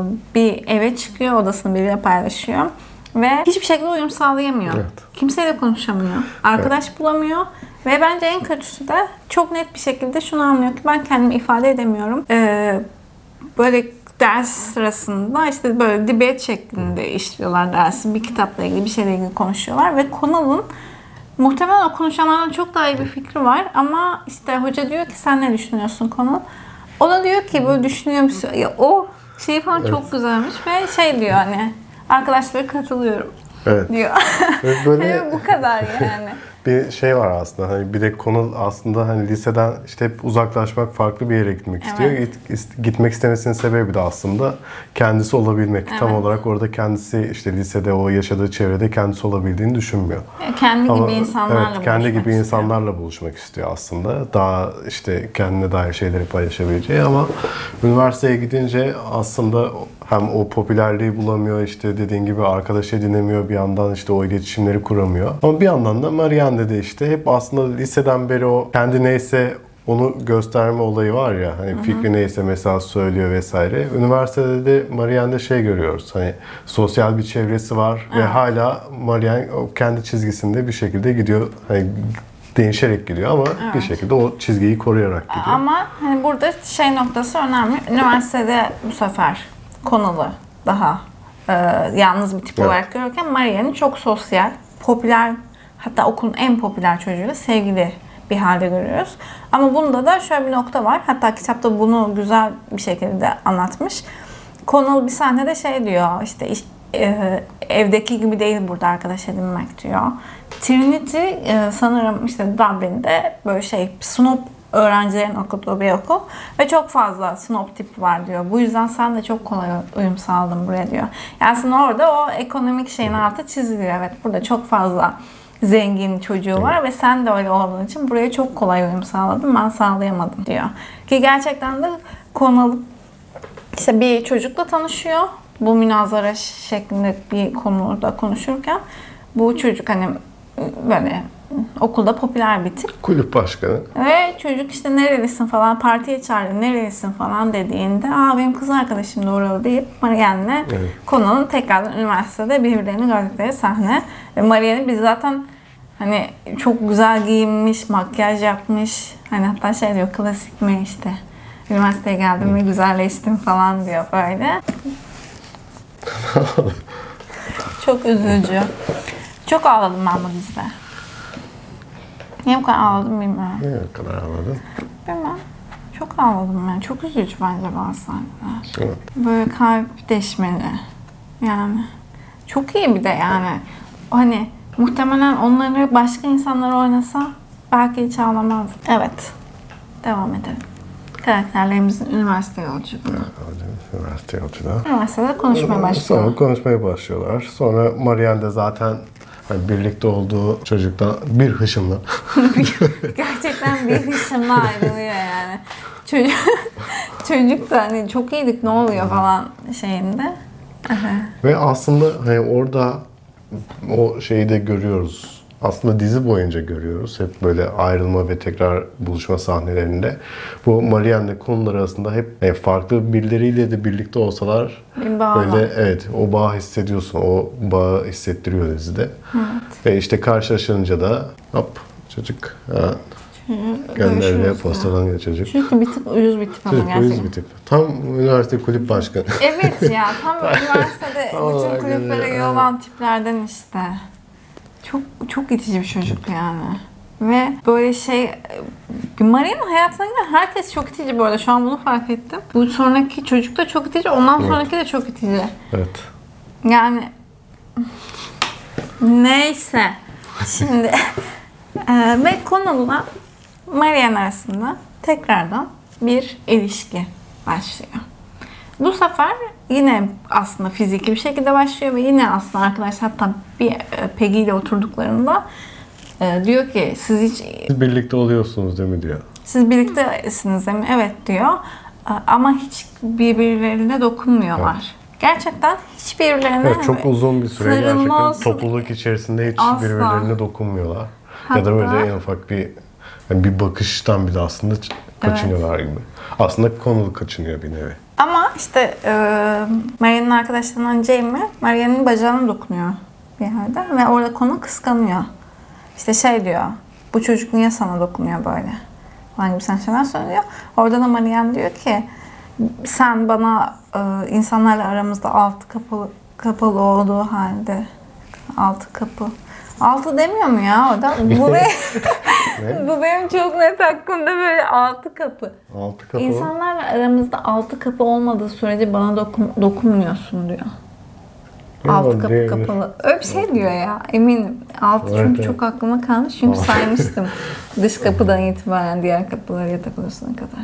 bir eve çıkıyor, odasını biriyle paylaşıyor. Ve hiçbir şekilde uyum sağlayamıyor. Evet. Kimseyle konuşamıyor. Arkadaş bulamıyor. Ve bence en kötüsü de çok net bir şekilde şunu anlıyor ki ben kendimi ifade edemiyorum. Ee, böyle ders sırasında işte böyle debate şeklinde işliyorlar dersi. Bir kitapla ilgili bir şeyle ilgili konuşuyorlar ve konunun muhtemelen o konuşanlardan çok daha iyi bir fikri var ama işte hoca diyor ki sen ne düşünüyorsun konu? O da diyor ki böyle düşünüyor musun? Ya o şey falan çok Evet. güzelmiş ve şey diyor hani arkadaşlara katılıyorum Evet. diyor. Evet, böyle bu kadar yani. bir şey var aslında. Hani bir de konu aslında hani liseden işte hep uzaklaşmak, farklı bir yere gitmek istiyor. Evet. Git- ist- Gitmek istemesinin sebebi de aslında kendisi olabilmek. Tam Evet. olarak orada kendisi işte lisede o yaşadığı çevrede kendisi olabildiğini düşünmüyor. Kendi Ama gibi insanlarla evet, kendi buluşmak gibi istiyor. insanlarla buluşmak istiyor aslında. Daha işte kendine dair şeyleri paylaşabileceği ama üniversiteye gidince aslında hem o popülerliği bulamıyor işte dediğin gibi arkadaş edinemiyor bir yandan işte o iletişimleri kuramıyor. Ama bir yandan da Marianne de işte hep aslında liseden beri o kendi neyse onu gösterme olayı var ya hani fikri neyse mesela söylüyor vesaire. Üniversitede de Marianne'de şey görüyoruz hani sosyal bir çevresi var ve hala Marianne o kendi çizgisinde bir şekilde gidiyor. Hani değişerek gidiyor ama bir şekilde o çizgiyi koruyarak gidiyor. Ama hani burada şey noktası önemli. Üniversitede bu sefer konulu daha e, yalnız bir tip Evet. olarak görürken Marianne'i çok sosyal, popüler hatta okulun en popüler çocuğuyla sevgili bir halde görüyoruz. Ama bunda da şöyle bir nokta var. Hatta kitapta bunu güzel bir şekilde anlatmış. Connell bir sahnede şey diyor, işte iş, e, evdeki gibi değil burada arkadaş edinmek diyor. Trinity e, sanırım işte Dublin'de böyle şey snob öğrencilerin okuduğu bir okul ve çok fazla snob tipi var diyor. Bu yüzden sen de çok kolay uyum sağladın buraya diyor. Yani aslında orada o ekonomik şeyin altı çiziliyor. Evet, burada çok fazla zengin çocuğu var ve sen de öyle olduğun için buraya çok kolay uyum sağladın. Ben sağlayamadım diyor. Ki gerçekten de Connell işte bir çocukla tanışıyor. Bu münazara şeklinde bir konuda konuşurken bu çocuk hani böyle okulda popüler bir tip. Kulüp başkanı. Ve çocuk işte nerelisin falan, partiye çağırdı, nerelisin falan dediğinde aa benim kız arkadaşım da oralı deyip Marianne'le evet. Connell'ın tekrardan üniversitede birbirlerini gördükleri sahne. Ve Marianne biz zaten hani çok güzel giyinmiş, makyaj yapmış. Hani hatta şey diyor, klasik mi işte. Üniversiteye geldim ve güzelleştim falan diyor böyle. Çok üzücü. Çok ağladım ben bu dizide. Niye bu kadar ağladım bilmiyorum. Niye bu kadar ağladın? Bilmem. Çok ağladım yani. Çok üzücü bence bazı sahneler. Evet. Böyle kalp deşmeli. Yani. Çok iyi bir de yani. Hani muhtemelen onları başka insanlar oynasa belki hiç ağlamaz. Evet. Devam edelim. Karakterlerimizin üniversite yolculuğu. Üniversite yolculuğu. Üniversitede konuşmaya başlıyorlar. Sonra konuşmaya başlıyorlar. Sonra Marianne de zaten hani birlikte olduğu çocuktan bir hışımla. Gerçekten bir hışımla ayrılıyor yani. Çocuk, çocuk da hani çok iyiydik ne oluyor falan şeyinde. Ve aslında hani orada o şeyi de görüyoruz. Aslında dizi boyunca görüyoruz. Hep böyle ayrılma ve tekrar buluşma sahnelerinde. Bu Marianne konular arasında hep yani farklı birileriyle de birlikte olsalar bir bağ böyle var. Evet, o bağı hissediyorsun. O bağı hissettiriyor dizide. Evet. Ve işte karşılaşınca da hop çocuk ha, göndermeye postalanan çocuk. Çünkü bir tık uyuz bir tip ama çocuk gerçekten. uyuz bir tip. Tam üniversite kulüp başkanı. Evet ya, tam üniversitede bütün kulüplere üye olan tiplerden işte. Çok çok itici bir çocuk yani. Ve böyle şey, Maria'nın hayatına giren herkes çok itici bu arada. Şu an bunu fark ettim. Bu sonraki çocuk da çok itici, ondan evet. sonraki de çok itici. Evet. Yani neyse. Şimdi e, ve Connell'la Marianne arasında tekrardan bir ilişki başlıyor. Bu sefer yine aslında fiziki bir şekilde başlıyor ve yine aslında arkadaşlar hatta bir Peggy ile oturduklarında e, diyor ki siz hiç... Siz birlikte oluyorsunuz değil mi diyor. Siz birliktesiniz değil mi? Evet diyor. E, ama hiç birbirlerine dokunmuyorlar. Evet. Gerçekten hiç birbirlerine... Evet, çok uzun bir süre gerçekten olsun. Topluluk içerisinde hiç Asla. birbirlerine dokunmuyorlar. Hatta, ya da böyle en ufak bir yani bir bakıştan bile aslında kaçınıyorlar evet. gibi. Aslında Connell kaçınıyor bir nevi. Ama işte e, Marianne'in arkadaşlarından Jamie, Marianne'in bacağına dokunuyor bir yerde ve orada Connell kıskanıyor. İşte şey diyor, bu çocuk niye sana dokunuyor böyle? Falan gibi sen şeyler söylüyor. Orada da Marianne diyor ki, sen bana e, insanlarla aramızda altı kapalı, kapalı olduğu halde, altı kapı, altı demiyor mu ya orada? Bu ne? Bu benim çok net hakkımda böyle altı kapı. Altı kapı. İnsanlarla aramızda altı kapı olmadığı sürece bana dokun, dokunmuyorsun diyor. Ya altı kapı diyebilir. Kapalı. Öyle bir şey diyor ya, eminim. Altı evet, çünkü evet. çok aklıma kalmış çünkü saymıştım. Dış kapıdan itibaren diğer kapılar yatak odasına kadar.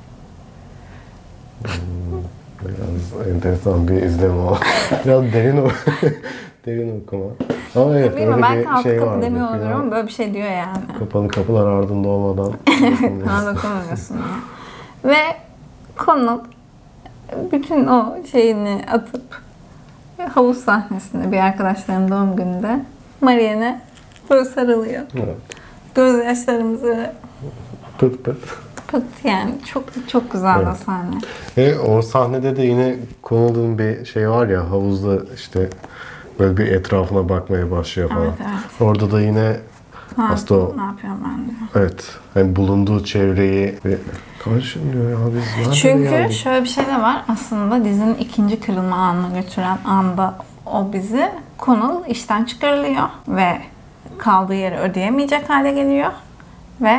Hmm, biraz enteresan bir izleme o. Biraz derin o. Derin okuma. Ama evet, bilmiyorum, öyle belki altı şey kapı demiyor olabilir ama böyle bir şey diyor yani. Kapalı kapılar ardında olmadan. Evet, bana dokunmuyorsun ya. Ve Connell bütün o şeyini atıp havuz sahnesinde bir arkadaşlarının doğum gününde Marianne'e böyle sarılıyor. Evet. Gözyaşlarımızı pıt pıt. Pıt yani. Çok çok güzel evet. o sahne. E, o sahnede de yine Connell'ın bir şey var ya, havuzda işte böyle bir etrafına bakmaya başlıyor falan. Evet, evet. Orada da yine ha, aslında o, ne yapıyorum ben diyor. Evet. Yani bulunduğu çevreyi ve karşım diyor ya biz çünkü geldik? Şöyle bir şey de var. Aslında dizinin ikinci kırılma anına götüren anda o bizi. Connell işten çıkarılıyor ve kaldığı yeri ödeyemeyecek hale geliyor. Ve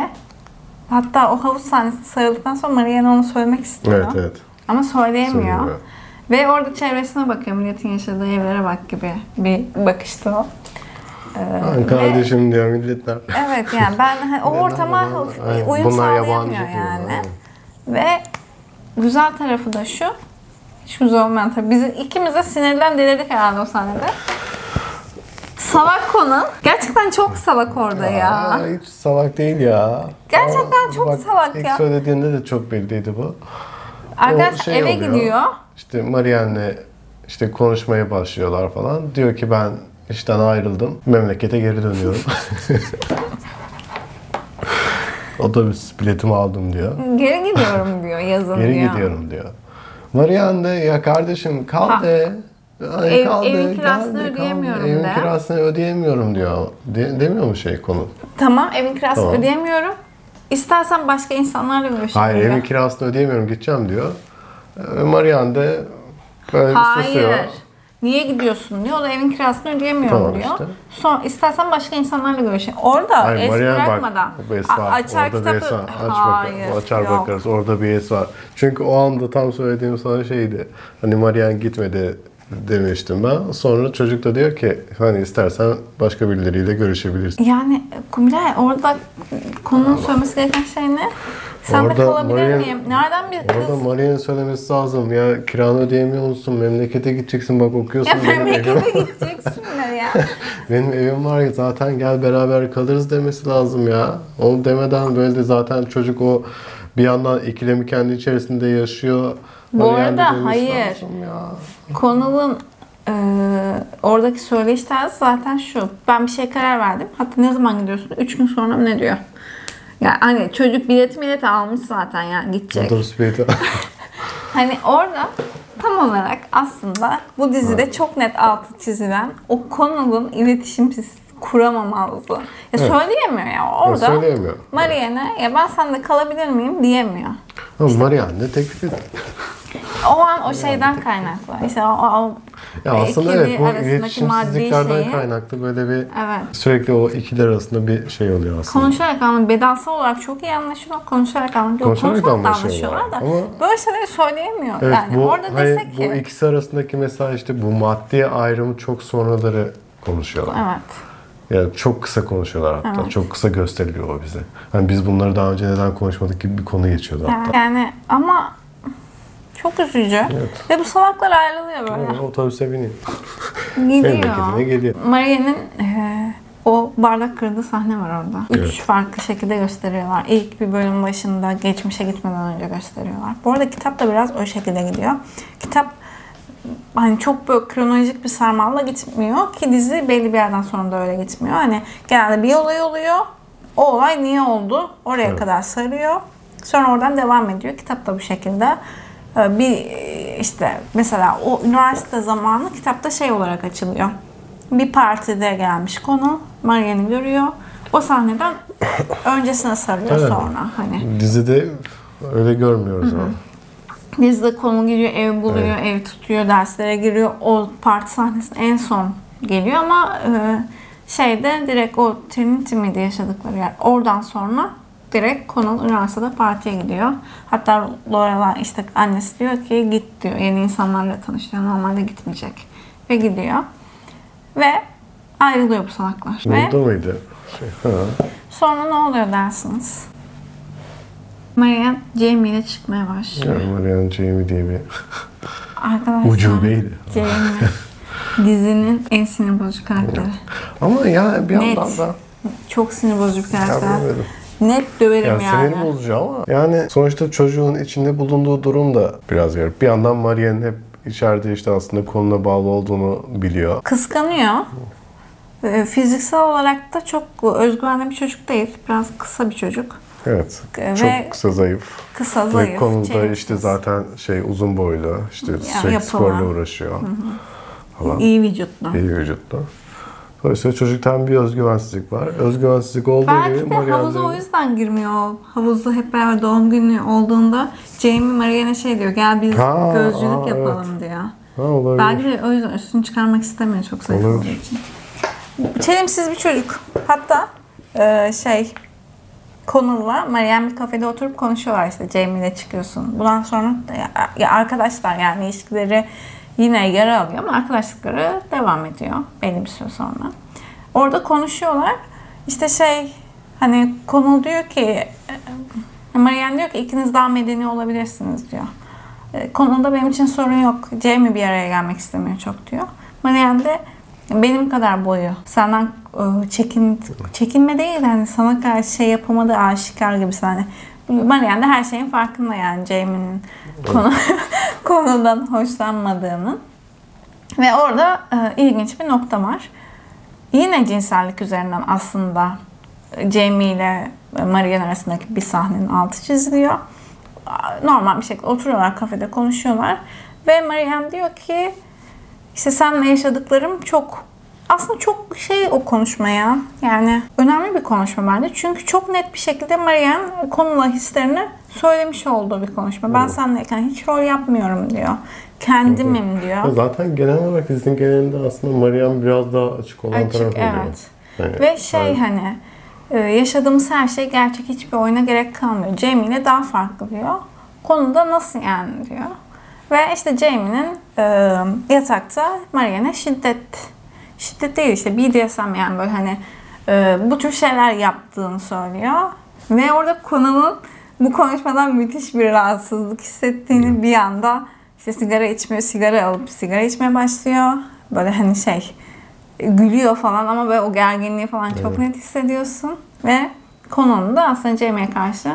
hatta o havuz sahnesinde sarıldıktan sonra Marianne onu söylemek istiyor. Evet, evet. Ama söyleyemiyor. Söyleyemiyor. Ve orada çevresine bakıyor. Milletin yaşadığı evlere bak gibi bir bakıştı o. Ee, kardeşim ve, diyor milletler. Evet yani ben hani o ortama uyum sağlayamıyor yani. Ve güzel tarafı da şu. Hiç güzel olmayan tabii. Biz ikimiz de sinirden delirdik herhalde o sahnede. Salak konu. Gerçekten çok salak orada ya. ya. Hiç salak değil ya. Gerçekten Aa, çok bak, salak ilk ya. söylediğinde de çok belliydi bu. Arkadaş şey eve oluyor, gidiyor. İşte Marianne'le işte konuşmaya başlıyorlar falan. Diyor ki ben işten ayrıldım. Memlekete geri dönüyorum. Otobüs biletimi aldım diyor. Geri gidiyorum diyor yazın Geri diyor. gidiyorum diyor. Marianne de ya kardeşim kal Ha. de. Ay, Ev- kal evin de, kirasını gel de, kal de. ödeyemiyorum Evin de. kirasını ödeyemiyorum diyor. De, demiyor mu şey konu? Tamam evin kirasını Tamam. ödeyemiyorum. İstersen başka insanlarla görüşeyim Hayır diyor. evin kirasını ödeyemiyorum gideceğim diyor. Ee, Marianne de böyle Hayır. susuyor. Niye gidiyorsun diyor. O da evin kirasını ödeyemiyorum Tamam diyor. işte. Sonra istersen başka insanlarla görüşeyim. Orada Hayır es Marianne bırakmadan. bak bu es a- var. açar Orada kitabı. bir es var. Aç Hayır. bakarız. Açar yok. bakarız. Orada bir es var. Çünkü o anda tam söylediğim sana şeydi. Hani Marianne gitmedi demiştim ben. Sonra çocuk da diyor ki hani istersen başka birileriyle görüşebilirsin. Yani Kubilay orada konunun söylemesi gereken şey ne? Sen Orada de kalabilir Marianne- miyim? Nereden bir kız? Orada Marianne'in söylemesi lazım. Ya kiranı ödeyemiyor musun? Memlekete gideceksin bak okuyorsun. Ya benim evim- memlekete gideceksin de ya. Benim evim var ya zaten gel beraber kalırız demesi lazım ya. Onu demeden böyle de zaten çocuk o bir yandan ikilemi kendi içerisinde yaşıyor. Bu Marianne arada demesi hayır. lazım ya. Konulun e, oradaki söyleyiş tarzı zaten şu. Ben bir şey karar verdim. Hatta ne zaman gidiyorsun? Üç gün sonra mı ne diyor? Yani hani çocuk bileti mileti almış zaten yani gidecek. Otobüs bileti. Hani orada tam olarak aslında bu dizide çok net altı çizilen o konunun iletişimsiz kuramamazlığı. Ya Evet. söyleyemiyor ya. Orada söyleyemiyor. Marianne ya ben seninle kalabilir miyim diyemiyor. Ama Marianne teklif ediyor. O an o şeyden kaynaklı. İşte o, o Ya aslında ikili evet bu arasındaki maddi iletişimsizliklerden şeyi- kaynaklı böyle bir Evet. sürekli o ikiler arasında bir şey oluyor aslında. Konuşarak anlaşılıyor. Bedansal olarak çok iyi anlaşıyor. Konuşarak anlaşıyor. Konuşarak Konuşarak da anlaşıyorlar. anlaşıyorlar da Ama- böyle şeyleri söyleyemiyor. Evet, yani bu, orada hayır, desek bu ki. ikisi arasındaki mesela işte bu maddi ayrımı çok sonraları konuşuyorlar. Evet. Yani çok kısa konuşuyorlar hatta. Evet. Çok kısa gösteriliyor o bize. Hani biz bunları daha önce neden konuşmadık gibi bir konu geçiyordu hatta. Yani ama çok üzücü. Evet. Ve bu salaklar ayrılıyor böyle. Ama otobüse bineyim. Gidiyor. Memleketine geliyor. Maria'nın eee, o bardak kırdığı sahne var orada. Üç Evet. farklı şekilde gösteriyorlar. İlk bir bölüm başında geçmişe gitmeden önce gösteriyorlar. Bu arada kitap da biraz o şekilde gidiyor. Kitap hani çok böyle kronolojik bir sarmalla gitmiyor ki dizi belli bir yerden sonra da öyle gitmiyor. Hani genelde bir olay oluyor. O olay niye oldu? Oraya Evet. kadar sarıyor. Sonra oradan devam ediyor. Kitap da bu şekilde. Ee, Bir işte mesela o üniversite zamanı kitapta şey olarak açılıyor. Bir partide gelmiş konu. Marianne'i görüyor. O sahneden öncesine sarıyor Evet. sonra hani. Dizide öyle görmüyoruz ama. Dizide konu giriyor, ev buluyor, ev tutuyor, derslere giriyor. O parti sahnesine en son geliyor ama e, şeyde direkt o Trinity miydi yaşadıkları yer. Oradan sonra direkt konu üniversitede partiye gidiyor. Hatta Lorelai işte annesi diyor ki git diyor. Yeni insanlarla tanışıyor. Normalde gitmeyecek. Ve gidiyor. Ve ayrılıyor bu salaklar. Ve Burada mıydı? Şey, ha. sonra ne oluyor dersiniz? Marianne Jamie ile çıkmaya başlıyor. Yani Marianne Jamie diye bir Arkadaşlar ucubeydi. Jamie dizinin en sinir bozucu karakteri. Ama ya bir Net. yandan da Çok sinir bozucu bir ya karakter. bilmiyorum. Net döverim Ya yani. sinir bozucu ama yani sonuçta çocuğun içinde bulunduğu durum da biraz garip. Bir yandan Marianne hep içeride işte aslında konuna bağlı olduğunu biliyor. Kıskanıyor. Ee, Fiziksel olarak da çok özgüvenli bir çocuk değil. Biraz kısa bir çocuk. Evet. Ve Çok kısa zayıf. Kısa, Ve zayıf, konuda çelimsiz. işte zaten şey uzun boylu, işte sürekli yapılı. sporla uğraşıyor falan. İyi vücutlu. İyi vücutlu. Dolayısıyla çocuktan bir özgüvensizlik var. Özgüvensizlik olduğu gibi Belki de havuza o yüzden girmiyor. Havuzda hep beraber doğum günü olduğunda Jamie Marianne'e şey diyor. Gel biz Ha, gözcülük aa, yapalım diyor. Ha, olabilir. Belki de o yüzden üstünü çıkarmak istemiyor çok zayıf Olabilir. olduğu için. Çelimsiz bir çocuk. Hatta e, şey Connell'la Marianne bir kafede oturup konuşuyorlar, işte Jamie ile çıkıyorsun. Bundan sonra ya, ya arkadaşlar yani ilişkileri yine yara alıyor ama arkadaşlıkları devam ediyor belli bir süre sonra. Orada konuşuyorlar. İşte şey hani Connell diyor ki, Marianne diyor ki ikiniz daha medeni olabilirsiniz diyor. Connell'da benim için sorun yok. Jamie bir araya gelmek istemiyor çok diyor. Marianne de benim kadar boyu. Senden çekin, çekinme değil hani sana karşı şey yapamadığı aşikar gibi hani. Marianne de her şeyin farkında yani Jamie'nin konu, konudan hoşlanmadığının. Ve orada e, ilginç bir nokta var. Yine cinsellik üzerinden aslında Jamie ile Marianne arasındaki bir sahnenin altı çiziliyor. Normal bir şekilde oturuyorlar, kafede konuşuyorlar. Ve Marianne diyor ki işte seninle yaşadıklarım çok, aslında çok şey o konuşmaya, yani önemli bir konuşma bence. Çünkü çok net bir şekilde Marianne konuyla hislerini söylemiş olduğu bir konuşma. Ben evet. seninleyken hiç rol yapmıyorum diyor. Kendimim evet. diyor. Zaten genel olarak dizinin genelinde aslında Marianne biraz daha açık olan açık, tarafı oluyor. Evet. Yani, ve şey yani, hani yaşadığımız her şey gerçek, hiçbir oyuna gerek kalmıyor. Jamie ile daha farklı diyor. Konuda nasıl yani diyor. Ve işte Jamie'nin e, yatakta Marianne'e şiddet, şiddet değil işte B D S M yani böyle hani e, bu tür şeyler yaptığını söylüyor. Ve orada konunun bu konuşmadan müthiş bir rahatsızlık hissettiğini bir anda işte sigara içmiyor, sigara alıp sigara içmeye başlıyor. Böyle hani şey gülüyor falan ama böyle o gerginliği falan çok evet. net hissediyorsun. Ve konunun da aslında Jamie'ye karşı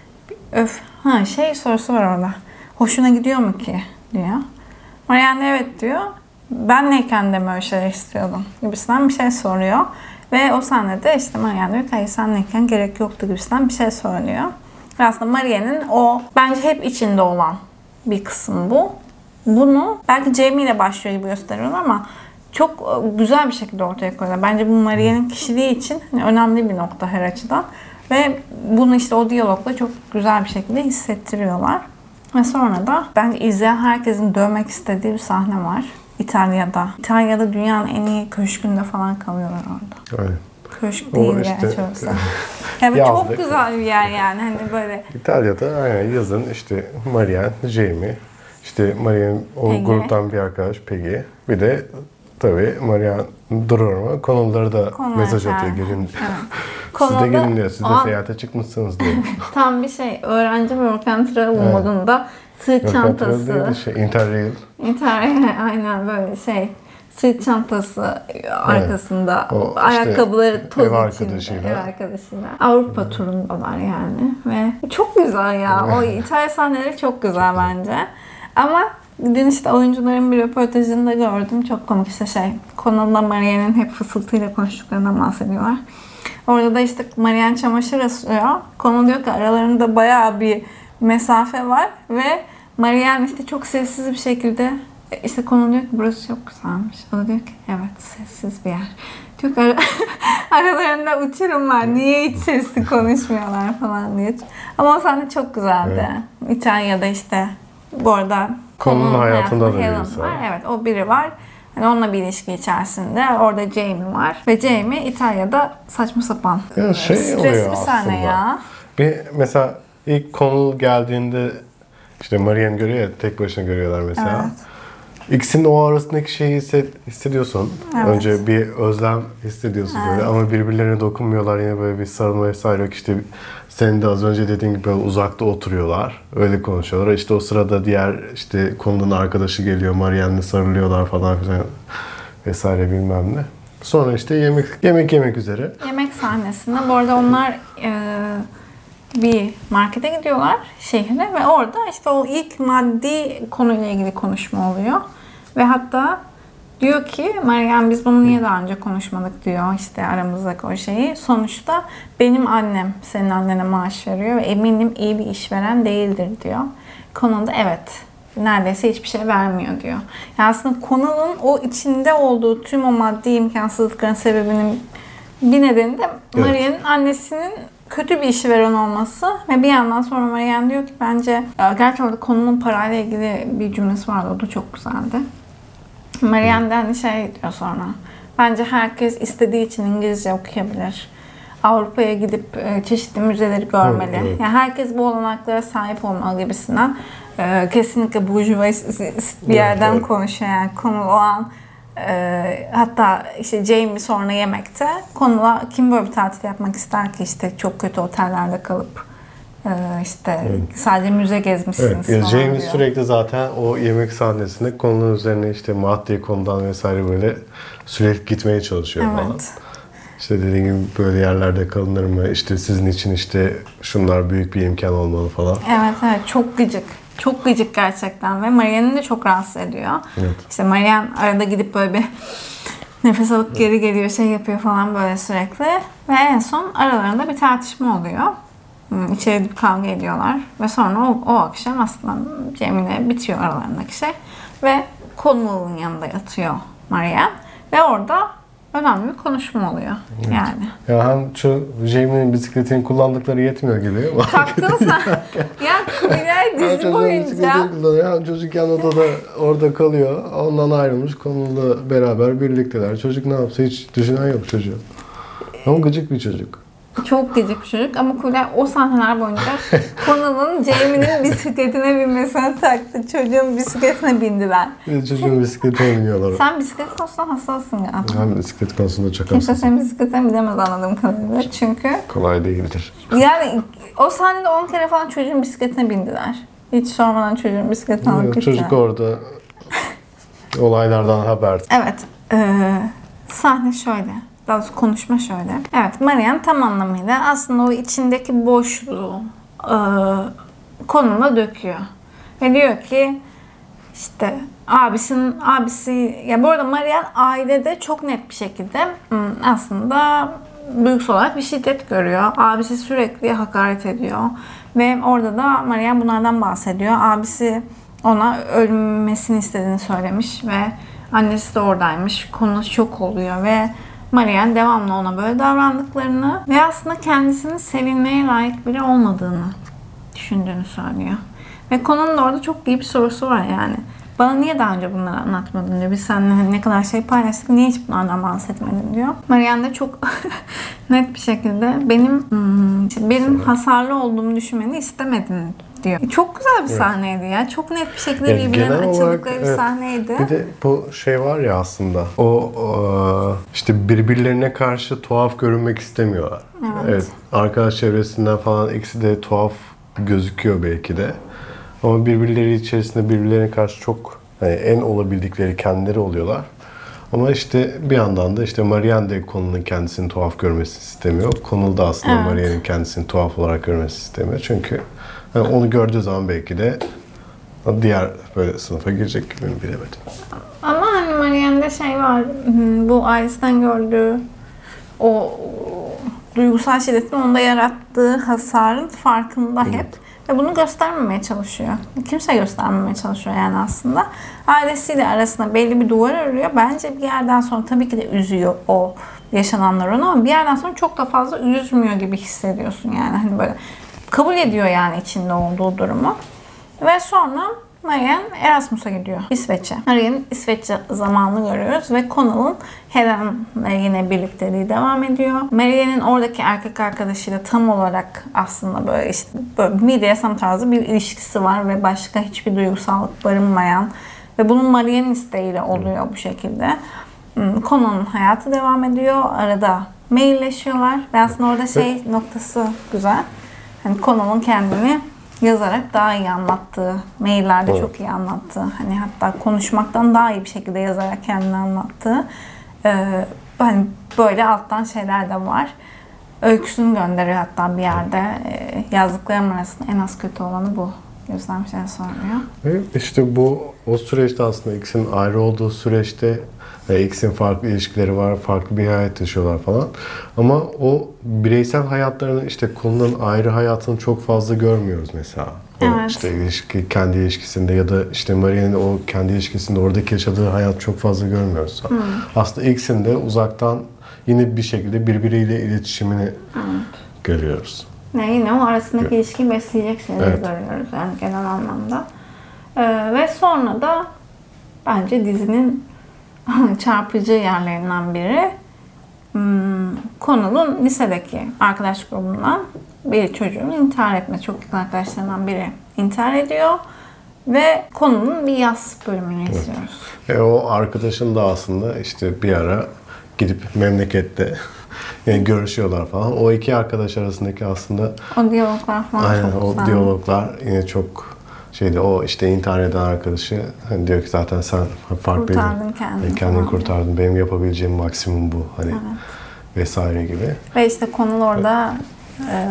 öf ha şey sorusu var orada. Hoşuna gidiyor mu ki diyor. Marianne evet diyor. Ben neyken de mi öyle şeyler istiyordum gibisinden bir şey soruyor. Ve o sahnede işte Marianne diyor ki hayır sen neyken gerek yoktu gibisinden bir şey söylüyor. Ve aslında Marianne'in o bence hep içinde olan bir kısım bu. Bunu belki Jamie ile başlıyor gibi gösteriyorlar ama çok güzel bir şekilde ortaya koyuyorlar. Bence bu Marianne'in kişiliği için önemli bir nokta her açıdan. Ve bunu işte o diyalogla çok güzel bir şekilde hissettiriyorlar. Ve sonra da bence izleyen herkesin dövmek istediği bir sahne var. İtalya'da. İtalya'da dünyanın en iyi köşkünde falan kalıyorlar orada. Aynen. Köşk değil işte, yani çok yani çok güzel bir yer yani hani böyle. İtalya'da aynen yazın işte Marianne, Jamie, işte Marianne'in o Peggy. Gruptan bir arkadaş Peggy. Bir de tabii Marianne durur mu? Konuları da Konular mesaj atıyor gelin. Evet. Siz de gelin diyor. Siz de an... seyahate çıkmışsınız diyor. Tam bir şey öğrenci work travel evet. modunda sırt çantası. Şey, Interrail. Interrail aynen böyle şey. Sırt çantası arkasında, evet. o, ayakkabıları işte, toz ev arkadaşıyla. Ev arkadaşıyla. Avrupa turundalar yani ve çok güzel ya. O İtalya sahneleri çok güzel bence. Ama dün işte oyuncuların bir röportajında gördüm. Çok komik işte şey. Connell'la Marianne'in hep fısıltıyla konuştuklarından bahsediyorlar. Orada da işte Marianne çamaşır asıyor. Connell diyor ki aralarında bayağı bir mesafe var ve Marianne işte çok sessiz bir şekilde işte Connell diyor ki burası çok güzelmiş. O da diyor ki evet sessiz bir yer. Diyor ki aralarında uçurum var. Niye hiç sesli konuşmuyorlar falan diye. Ama o sahne çok güzeldi. Evet. İtalya'da işte bu arada Connell'ın hayatında, hayatında da Helen var. Evet o biri var. Yani onunla bir ilişki içerisinde. Orada Jamie var. Ve Jamie İtalya'da saçma sapan. Ya şey stresli bir sahne ya. Bir mesela ilk Connell geldiğinde işte Marianne görüyor ya, tek başına görüyorlar mesela. Evet. İkisinin o arasındaki şeyi hisset, hissediyorsun. Evet. Önce bir özlem hissediyorsun evet. böyle ama birbirlerine dokunmuyorlar. Yine böyle bir sarılma vesaire yok. İşte senin de az önce dediğin gibi böyle uzakta oturuyorlar. Öyle konuşuyorlar. İşte o sırada diğer işte konunun arkadaşı geliyor. Marianne'le sarılıyorlar falan filan vesaire bilmem ne. Sonra işte yemek yemek yemek üzere. Yemek sahnesinde bu arada onlar e, bir markete gidiyorlar şehre ve orada işte o ilk maddi konuyla ilgili konuşma oluyor. Ve hatta diyor ki Marianne biz bunu niye daha önce konuşmadık diyor işte aramızdaki o şeyi. Sonuçta benim annem senin annene maaş veriyor ve eminim iyi bir işveren değildir diyor. Konuda evet neredeyse hiçbir şey vermiyor diyor. Yani aslında konunun o içinde olduğu tüm o maddi imkansızlıkların sebebinin bir nedeni de Marianne'in evet. annesinin kötü bir işveren olması ve bir yandan sonra Marianne diyor ki bence gerçi orada konunun parayla ilgili bir cümlesi vardı o da çok güzeldi. Marianne de hani şey diyor sonra bence herkes istediği için İngilizce okuyabilir Avrupa'ya gidip e, çeşitli müzeleri görmeli. Evet, evet. Yani herkes bu olanaklara sahip olmalı gibisinden. E, kesinlikle burjuva bir yerden evet. konuşuyor yani konu o an. E, hatta işte Jamie sonra yemekte konula kim böyle bir tatil yapmak ister ki işte çok kötü otellerde kalıp e, işte Evet. sadece müze gezmişsiniz Evet, falan Jamie diyor. sürekli zaten o yemek sahnesinde konunun üzerine işte maddi konudan vesaire böyle sürekli gitmeye çalışıyor Evet. falan. İşte dediğim gibi böyle yerlerde kalınır mı? İşte sizin için işte şunlar büyük bir imkan olmalı falan. Evet evet çok gıcık. Çok gıcık gerçekten ve Marianne'i de çok rahatsız ediyor. Evet. İşte Marianne arada gidip böyle bir nefes alıp geri geliyor, şey yapıyor falan böyle sürekli. Ve en son aralarında bir tartışma oluyor. Hmm, İçeri gidip kavga ediyorlar. Ve sonra o, o akşam aslında Cemile bitiyor aralarındaki şey. Ve Connell'ın yanında yatıyor Marianne. Ve orada önemli bir konuşma oluyor. Evet. Yani. Ya hem şu Jamie'nin bisikletini kullandıkları yetmiyor gibi ama Taktın sen. Ya Kubilay hem dizi çocuğun boyunca. bisikletini kullanıyor hem çocuk yan odada orada kalıyor. Ondan ayrılmış. Konuyla beraber birlikteler. Çocuk ne yapsa hiç düşünen yok çocuğu. Ama gıcık bir çocuk. Çok gıcık bir çocuk ama Kubilay o sahneler boyunca Connell'ın Jamie'nin bisikletine binmesine taktı. Çocuğun bisikletine bindiler. Bir de çocuğun bisikletine biniyorlar. Sen bisiklet konusunda hassassın galiba. Ben bisiklet konusunda çok Kimse hassasım. senin bisikletine binemez anladığım kadarıyla. Çünkü Kolay değildir. yani o sahnede on kere falan çocuğun bisikletine bindiler. Hiç sormadan çocuğun bisikletini alıp gittiler. Çocuk orada olaylardan haber. Evet. Ee, sahne şöyle. Daha doğrusu konuşma şöyle. Evet, Marianne tam anlamıyla aslında o içindeki boşluğu e, konuma döküyor. Ve diyor ki işte abisinin abisi ya bu arada Marianne ailede çok net bir şekilde aslında duygusal olarak bir şiddet görüyor. Abisi sürekli hakaret ediyor. Ve orada da Marianne bunlardan bahsediyor. Abisi ona ölmesini istediğini söylemiş ve annesi de oradaymış. Konu şok oluyor ve Marianne devamlı ona böyle davrandıklarını ve aslında kendisinin sevilmeye layık biri olmadığını düşündüğünü söylüyor. Ve konunun da orada çok iyi bir sorusu var yani. Bana niye daha önce bunları anlatmadın diyor. Biz seninle hani ne kadar şey paylaştık, niye hiç bunlardan bahsetmedin diyor. Marianne de çok net bir şekilde benim hmm, işte benim hasarlı olduğumu düşünmeni istemedim diyor. Çok güzel bir sahneydi ya. Çok net bir şekilde Yani birbirlerine genel olarak, açıldıkları bir evet. sahneydi. Bir de bu şey var ya aslında. O, o işte birbirlerine karşı tuhaf görünmek istemiyorlar. Evet. Evet. Arkadaş çevresinden falan ikisi de tuhaf gözüküyor belki de. Ama birbirleri içerisinde birbirlerine karşı çok yani en olabildikleri kendileri oluyorlar. Ama işte bir yandan da işte Marianne de konunun kendisini tuhaf görmesini istemiyor. Connell da aslında Evet. Marianne'in kendisini tuhaf olarak görmesini istemiyor. Çünkü yani onu gördüğü zaman belki de diğer böyle sınıfa girecek gibi mi bilemedim. Ama hani Marianne'de şey var, bu ailesinden gördüğü o duygusal şiddetin onda yarattığı hasarın farkında hep. Ve bunu göstermemeye çalışıyor. Kimse göstermemeye çalışıyor yani aslında. Ailesiyle arasında belli bir duvar örüyor. Bence bir yerden sonra tabii ki de üzüyor o yaşananlar onu ama bir yerden sonra çok da fazla üzmüyor gibi hissediyorsun yani. Hani böyle kabul ediyor yani içinde olduğu durumu. Ve sonra Marianne Erasmus'a gidiyor. İsveç'e. Marianne'in İsveç'e zamanını görüyoruz ve Connell'ın Helen'le yine birlikteliği devam ediyor. Marianne'in oradaki erkek arkadaşıyla tam olarak aslında böyle işte böyle mide yasam tarzı bir ilişkisi var ve başka hiçbir duygusallık barınmayan ve bunun Marianne'in isteğiyle oluyor bu şekilde. Connell'ın hayatı devam ediyor. Arada mailleşiyorlar ve aslında orada şey noktası güzel. Hani Connell'ın kendini yazarak daha iyi anlattığı, maillerde evet. çok iyi anlattığı, hani hatta konuşmaktan daha iyi bir şekilde yazarak kendini anlattığı, ee, hani böyle alttan şeyler de var. Öyküsünü gönderiyor hatta bir yerde. Ee, yazdıklarım arasında en az kötü olanı bu. Gözlem şey söylüyor. Evet, işte bu o süreçte aslında ikisinin ayrı olduğu süreçte ve ikisinin farklı ilişkileri var, farklı bir hayat yaşıyorlar falan. Ama o bireysel hayatlarını işte konunun ayrı hayatını çok fazla görmüyoruz mesela. O Evet. işte ilişki, kendi ilişkisinde ya da işte Marianne'in o kendi ilişkisinde oradaki yaşadığı hayat çok fazla görmüyoruz. Hmm. Aslında ikisinde uzaktan yine bir şekilde birbiriyle iletişimini evet. görüyoruz. Yani yine o arasındaki evet. ilişkiyi besleyecek şeyleri evet. görüyoruz yani genel anlamda. Ee, ve sonra da bence dizinin çarpıcı yerlerinden biri hmm, konunun lisedeki arkadaş grubundan bir çocuğun intihar etmesi, çok yakın arkadaşlarından biri intihar ediyor ve konunun bir yaz bölümünü izliyoruz. Evet. E, o arkadaşın da aslında işte bir ara gidip memlekette yani görüşüyorlar falan. O iki arkadaş arasındaki aslında o diyaloglar falan aynen, çok güzel. o diyaloglar yine çok şeydi. O işte intihar eden arkadaşı hani diyor ki zaten sen fark kurtardın kendini. Kendini kurtardın. Benim yapabileceğim maksimum bu. Hani evet. vesaire gibi. Ve işte konu orada e,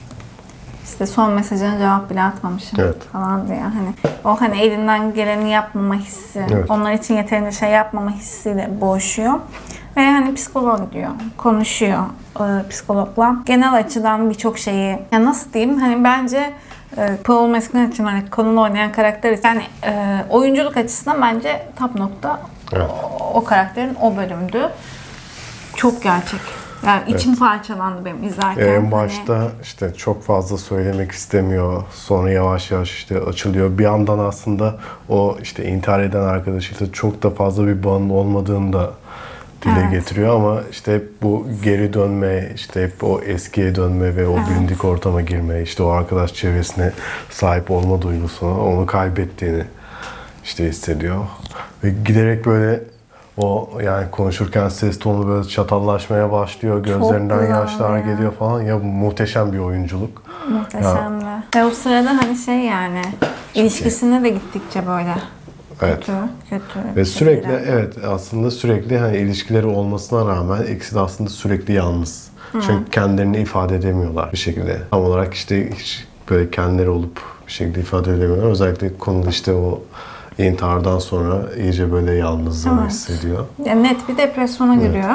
işte son mesajına cevap bile atmamışım evet. falan diye. Hani o hani elinden geleni yapmama hissi, evet. onlar için yeterince şey yapmama hissiyle boğuşuyor. Ve hani psikoloğa gidiyor, konuşuyor e, psikologla. Genel açıdan birçok şeyi, ya nasıl diyeyim, hani bence e, Paul Mescal için hani konulu oynayan karakter, yani e, oyunculuk açısından bence top nokta evet. o, o karakterin o bölümdü. Çok gerçek. Yani içim evet. parçalandı benim izlerken. En başta hani... işte çok fazla söylemek istemiyor. Sonra yavaş yavaş işte açılıyor. Bir yandan aslında o işte intihar eden arkadaşıyla çok da fazla bir bağının olmadığını da dile evet. getiriyor ama işte hep bu geri dönme, işte hep o eskiye dönme ve o evet. bilindik ortama girme, işte o arkadaş çevresine sahip olma duygusunu, onu kaybettiğini işte hissediyor. Ve giderek böyle o yani konuşurken ses tonu böyle çatallaşmaya başlıyor, gözlerinden yaşlar ya. geliyor falan. Ya bu muhteşem bir oyunculuk. Muhteşemdi. Ve o sırada hani şey yani ilişkisine de gittikçe böyle evet. kötü, kötü. Ve sürekli yani. evet aslında sürekli hani ilişkileri olmasına rağmen ikisi de aslında sürekli yalnız. Hı. Çünkü kendilerini ifade edemiyorlar bir şekilde. Tam olarak işte hiç böyle kendileri olup bir şekilde ifade edemiyorlar. Özellikle konuda işte o intihardan sonra iyice böyle yalnızlığını evet. hissediyor. Yani net bir depresyona evet. giriyor.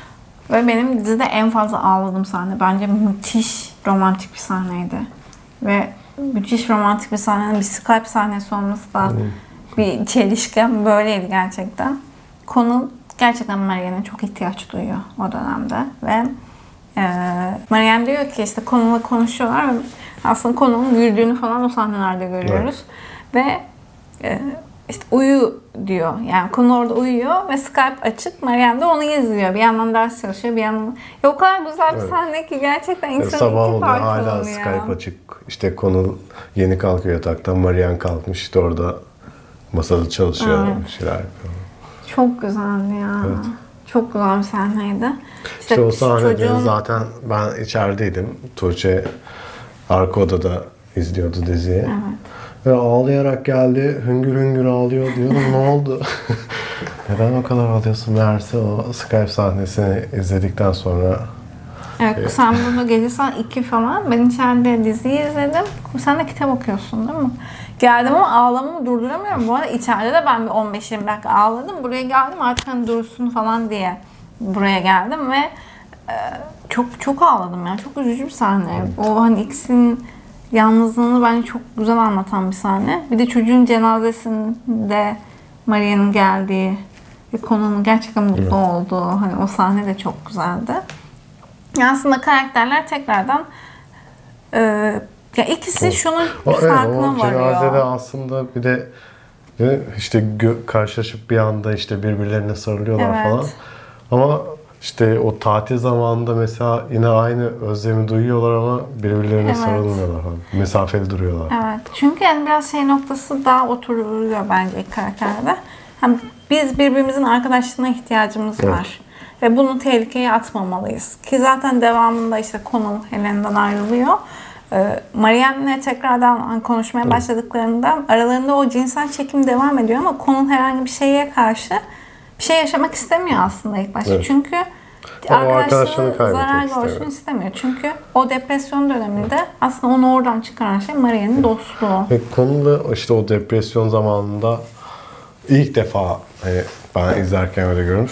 Ve benim dizide en fazla ağladığım sahne. Bence müthiş romantik bir sahneydi. Ve müthiş romantik bir sahnenin bir Skype sahnesi olması da hmm. bir çelişki. Böyleydi gerçekten. Konu gerçekten Marianne'e çok ihtiyaç duyuyor o dönemde. Ve e, Marianne diyor ki işte konuyla konuşuyorlar ve aslında konunun güldüğünü falan o sahnelerde görüyoruz. Evet. Ve e, İşte uyu diyor. Yani konu orada uyuyor ve Skype açık. Marianne de onu izliyor. Bir yandan ders çalışıyor, bir yandan... Ya o kadar güzel bir evet. sahne ki gerçekten insanın sabah iki parça oluyor. Hala Skype açık. İşte konu yeni kalkıyor yataktan. Marianne kalkmış. İşte orada masada çalışıyor. Evet. Bir şeyler yapıyor. Çok güzeldi ya. Evet. Çok güzel bir sahneydi. İşte, işte o sahnede çocuğun... zaten ben içerideydim. Tuğçe arka odada izliyordu diziyi. Evet. Ve ağlayarak geldi, hüngür hüngür ağlıyor diyorum. Ne oldu? Neden o kadar ağlıyorsun? Meğerse o Skype sahnesini izledikten sonra... Evet, evet. Sen bunu gece saat iki falan, ben içeride diziyi izledim. Sen de kitap okuyorsun değil mi? Geldim ama ağlamamı durduramıyorum. Bu arada içeride de ben bir on beş yirmi dakika ağladım. Buraya geldim artık hani dursun falan diye buraya geldim ve e, çok çok ağladım yani. Çok üzücü bir sahne. Evet. O hani ikisinin yalnızlığını bence çok güzel anlatan bir sahne. Bir de çocuğun cenazesinde Maria'nın geldiği ve konunun gerçekten mutlu evet. olduğu hani o sahne de çok güzeldi. Yani aslında karakterler tekrardan e, ya ikisi o, şunun o, farkına evet, varıyor. O cenazede aslında bir de işte gö- karşılaşıp bir anda işte birbirlerine sarılıyorlar evet. falan. Ama İşte o tatil zamanında mesela yine aynı özlemi duyuyorlar ama birbirlerine evet. sarılmıyorlar. Mesafeli duruyorlar. Evet. Çünkü yani biraz şey noktası daha oturuyor bence ilk karakterde. Hem biz birbirimizin arkadaşlığına ihtiyacımız evet. var. Ve bunu tehlikeye atmamalıyız. Ki zaten devamında işte konu Helen'den ayrılıyor. Ee, Marianne'le tekrardan konuşmaya başladıklarında aralarında o cinsel çekim devam ediyor ama konunun herhangi bir şeye karşı bir şey yaşamak istemiyor aslında ilk başta. Evet. Çünkü arkadaşlarına zarar görsün istemiyor. Çünkü o depresyon döneminde aslında onu oradan çıkaran şey Marianne'in dostluğu. Ve konuda işte o depresyon zamanında ilk defa hani ben izlerken öyle görmüş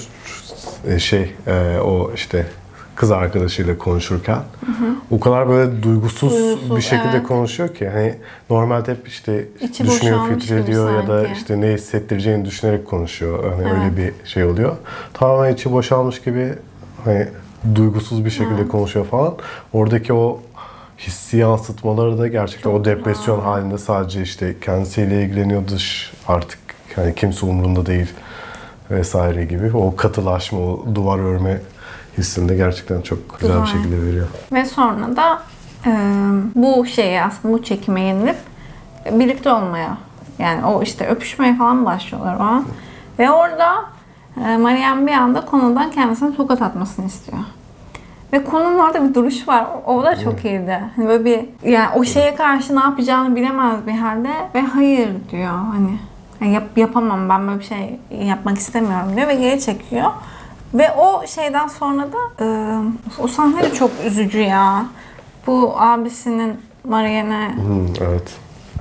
şey o işte kız arkadaşıyla konuşurken hı hı. o kadar böyle duygusuz, duygusuz bir şekilde evet. konuşuyor ki hani normalde hep işte İçi düşünüyor, filtreliyor ya da işte ne hissettireceğini düşünerek konuşuyor. Hani evet. öyle bir şey oluyor. Tamamen içi boşalmış gibi hani duygusuz bir şekilde evet. konuşuyor falan. Oradaki o hissi yansıtmaları da gerçekten çok o depresyon güzel. Halinde sadece işte kendisiyle ilgileniyor dış artık hani kimse umurunda değil vesaire gibi. O katılaşma, o duvar örme hissini de gerçekten çok güzel, güzel bir şekilde veriyor. Ve sonra da e, bu şeyi aslında bu çekime yenilip birlikte olmaya, yani o işte öpüşmeye falan başlıyorlar o an. Ve orada e, Marianne bir anda Conal'dan kendisine tokat atmasını istiyor. Ve Conal'ın orada bir duruş var. O da çok iyiydi. Hani böyle bir, yani o şeye karşı ne yapacağını bilemez bir halde ve hayır diyor. Hani yani yap, yapamam, ben böyle bir şey yapmak istemiyorum diyor ve geri çekiyor. Ve o şeyden sonra da e, o sahne de çok üzücü ya. Bu abisinin Marianne'e hmm, evet.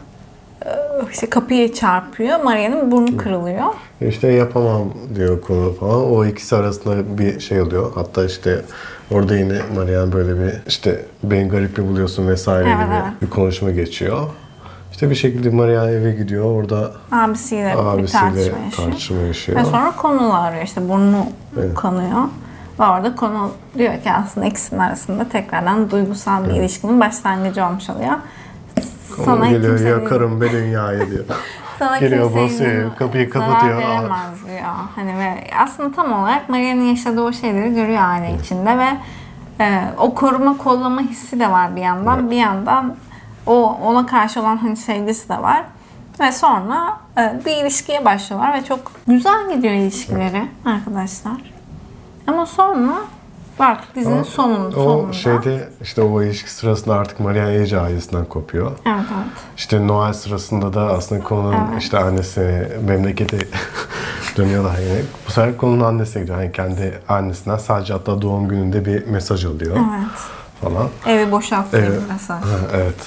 işte kapıyı çarpıyor. Marianne'in burnu kırılıyor. İşte yapamam diyor konu falan. O ikisi arasında bir şey oluyor. Hatta işte orada yine Marianne böyle bir işte beni garip mi buluyorsun vesaire evet, gibi evet. bir konuşma geçiyor. İşte bir şekilde Marianne eve gidiyor. Orada abisiyle, abisiyle bir tartışma yaşıyor. tartışma yaşıyor. Ve sonra Conal'ı arıyor. İşte burnu evet. kanıyor. Ve orada Conal diyor ki aslında ikisinin arasında tekrardan duygusal bir evet. ilişkinin başlangıcı olmuş oluyor. Sana geliyor, yakarım be dünyayı diyor. Sana geliyor, basıyor, kapıyı kapatıyor. Veremez diyor. Hani ve aslında tam olarak Marianne'in yaşadığı o şeyleri görüyor aile evet. içinde ve e, o koruma kollama hissi de var bir yandan. Evet. Bir yandan o ona karşı olan hani sevgisi de var. Ve sonra e, bir ilişkiye başlıyorlar ve çok güzel gidiyor ilişkileri evet. arkadaşlar. Ama sonra artık dizinin sonunda. O sonunda. şeyde işte o ilişki sırasında artık Marianne iyice ailesinden kopuyor. Evet evet. İşte Noel sırasında da aslında konunun evet. işte annesi memlekete dönüyorlar yine. Bu sefer konunun annesine gidiyor. Yani kendi annesinden sadece hatta doğum gününde bir mesaj alıyor. Evet. Falan. Evi boşalt diye evet. bir mesaj. Evet.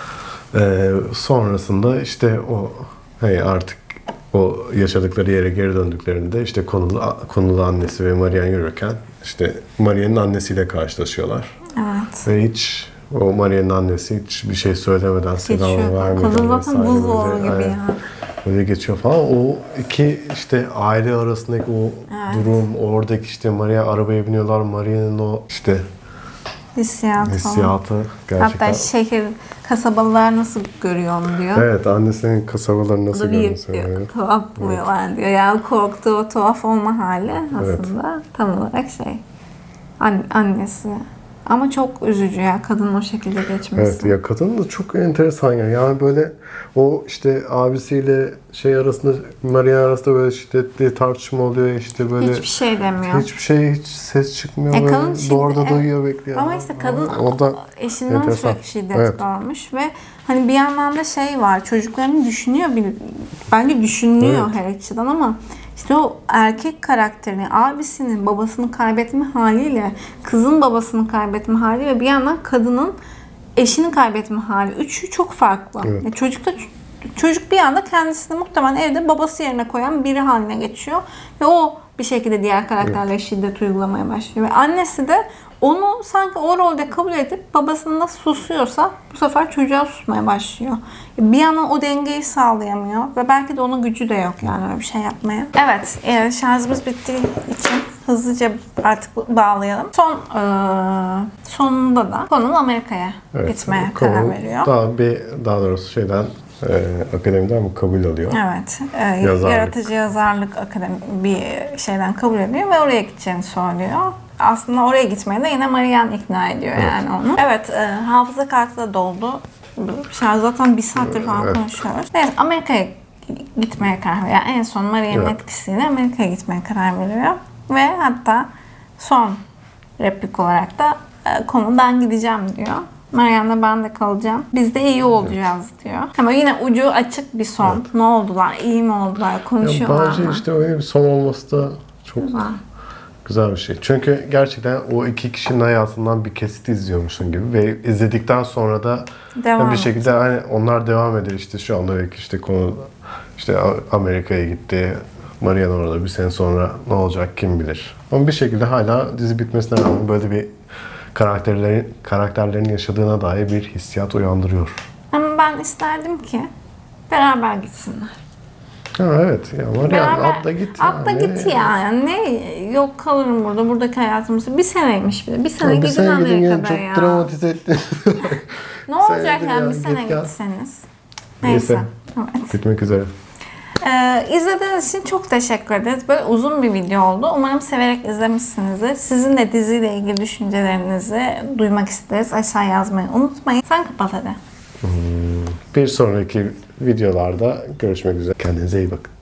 Ee, sonrasında işte o hey artık o yaşadıkları yere geri döndüklerinde işte konulu, konulu annesi ve Marianne yürürken işte Marianne'in annesiyle karşılaşıyorlar. Evet. Ve hiç o Marianne'in annesi hiç bir şey söylemeden, selam vermeden. Kadın zaten buzdolabı gibi ya. Böyle geçiyor falan. O iki işte aile arasındaki o evet. durum, oradaki işte Marianne arabaya biniyorlar. Marianne'in o işte hissiyatı, hissiyatı gerçekten. Hatta şehir, kasabalılar nasıl görüyor onu diyor. Evet, annesinin kasabaları nasıl görüyor söylüyor. Tuhaf buluyorlar evet. diyor. Yani korktuğu o tuhaf olma hali aslında evet. tam olarak şey. An- annesi. Ama çok üzücü ya kadının o şekilde geçmesi. Evet ya kadın da çok enteresan ya. Yani böyle o işte abisiyle şey arasında Marianne arasında böyle şiddetli tartışma oluyor işte böyle. Hiçbir şey demiyor. Hiçbir şey hiç ses çıkmıyor. E, kadın şimdi, doğruda e, duyuyor bekliyor. Ama işte kadın o da eşinden enteresan. sürekli şiddet evet. görmüş ve hani bir yandan da şey var çocuklarını düşünüyor. Bence düşünüyor evet. her açıdan ama İşte o erkek karakterini, abisinin babasını kaybetme haliyle, kızın babasını kaybetme hali ve bir yandan kadının eşini kaybetme hali. Üçü çok farklı. Evet. Yani çocukta çocuk bir anda kendisini muhtemelen evde babası yerine koyan biri haline geçiyor ve o bir şekilde diğer karakterlere evet. şiddet uygulamaya başlıyor. Ve annesi de onu sanki o rolde kabul edip babasını nasıl susuyorsa bu sefer çocuğa susmaya başlıyor. Bir yandan o dengeyi sağlayamıyor ve belki de onun gücü de yok yani öyle bir şey yapmaya. Evet, e, şarjımız bittiği için hızlıca artık bağlayalım. Son e, sonunda da Conal Amerika'ya evet, gitmeye karar veriyor. Daha bir daha doğrusu şeyden e, akademiden mi kabul alıyor? Evet, e, yaratıcı yazarlık akademi bir şeyden kabul ediyor ve oraya gideceğini söylüyor. Aslında oraya gitmeye de yine Marianne ikna ediyor evet. yani onu. Evet, e, hafıza kartı da doldu. Şarj zaten bir saattir falan evet. konuşuyoruz. Neyse, Amerika'ya gitmeye karar veriyor. Yani en son Marianne'in evet. etkisiyle Amerika'ya gitmeye karar veriyor. Ve hatta son replik olarak da e, konu ben gideceğim diyor. Marianne'la ben de kalacağım. Biz de iyi olacağız evet. diyor. Ama yine ucu açık bir son. Evet. Ne oldular? İyi mi oldular? Konuşuyorlar ya, bence mı? işte öyle bir son olması da çok güzel. Güzel bir şey. Çünkü gerçekten o iki kişinin hayatından bir kesit izliyormuşsun gibi ve izledikten sonra da devam bir şekilde hani onlar devam eder işte şu anda belki işte konu işte Amerika'ya gitti. Marianne orada bir sene sonra ne olacak kim bilir. Ama bir şekilde hala dizi bitmesine rağmen böyle bir karakterlerin karakterlerin yaşadığına dair bir hissiyat uyandırıyor. Ama ben isterdim ki beraber gitsinler. Ha, evet ya Marianne atla git ya. Atla git ya. Yani ne yok kalırım burada. Buradaki hayatımız bir seneymiş bile. Bir sene ya, bir gidin sene Amerika'da ya. ya. Çok dramatize etti. Ne olacak yani bir sene gitseniz. Neyse. Neyse. Evet. Bitmek üzere. Ee, izlediğiniz için çok teşekkür ederiz. Böyle uzun bir video oldu. Umarım severek izlemişsinizdir. Sizin de diziyle ilgili düşüncelerinizi duymak isteriz. Aşağı yazmayı unutmayın. Sen kapat hadi. Bir sonraki videolarda görüşmek üzere. Kendinize iyi bakın.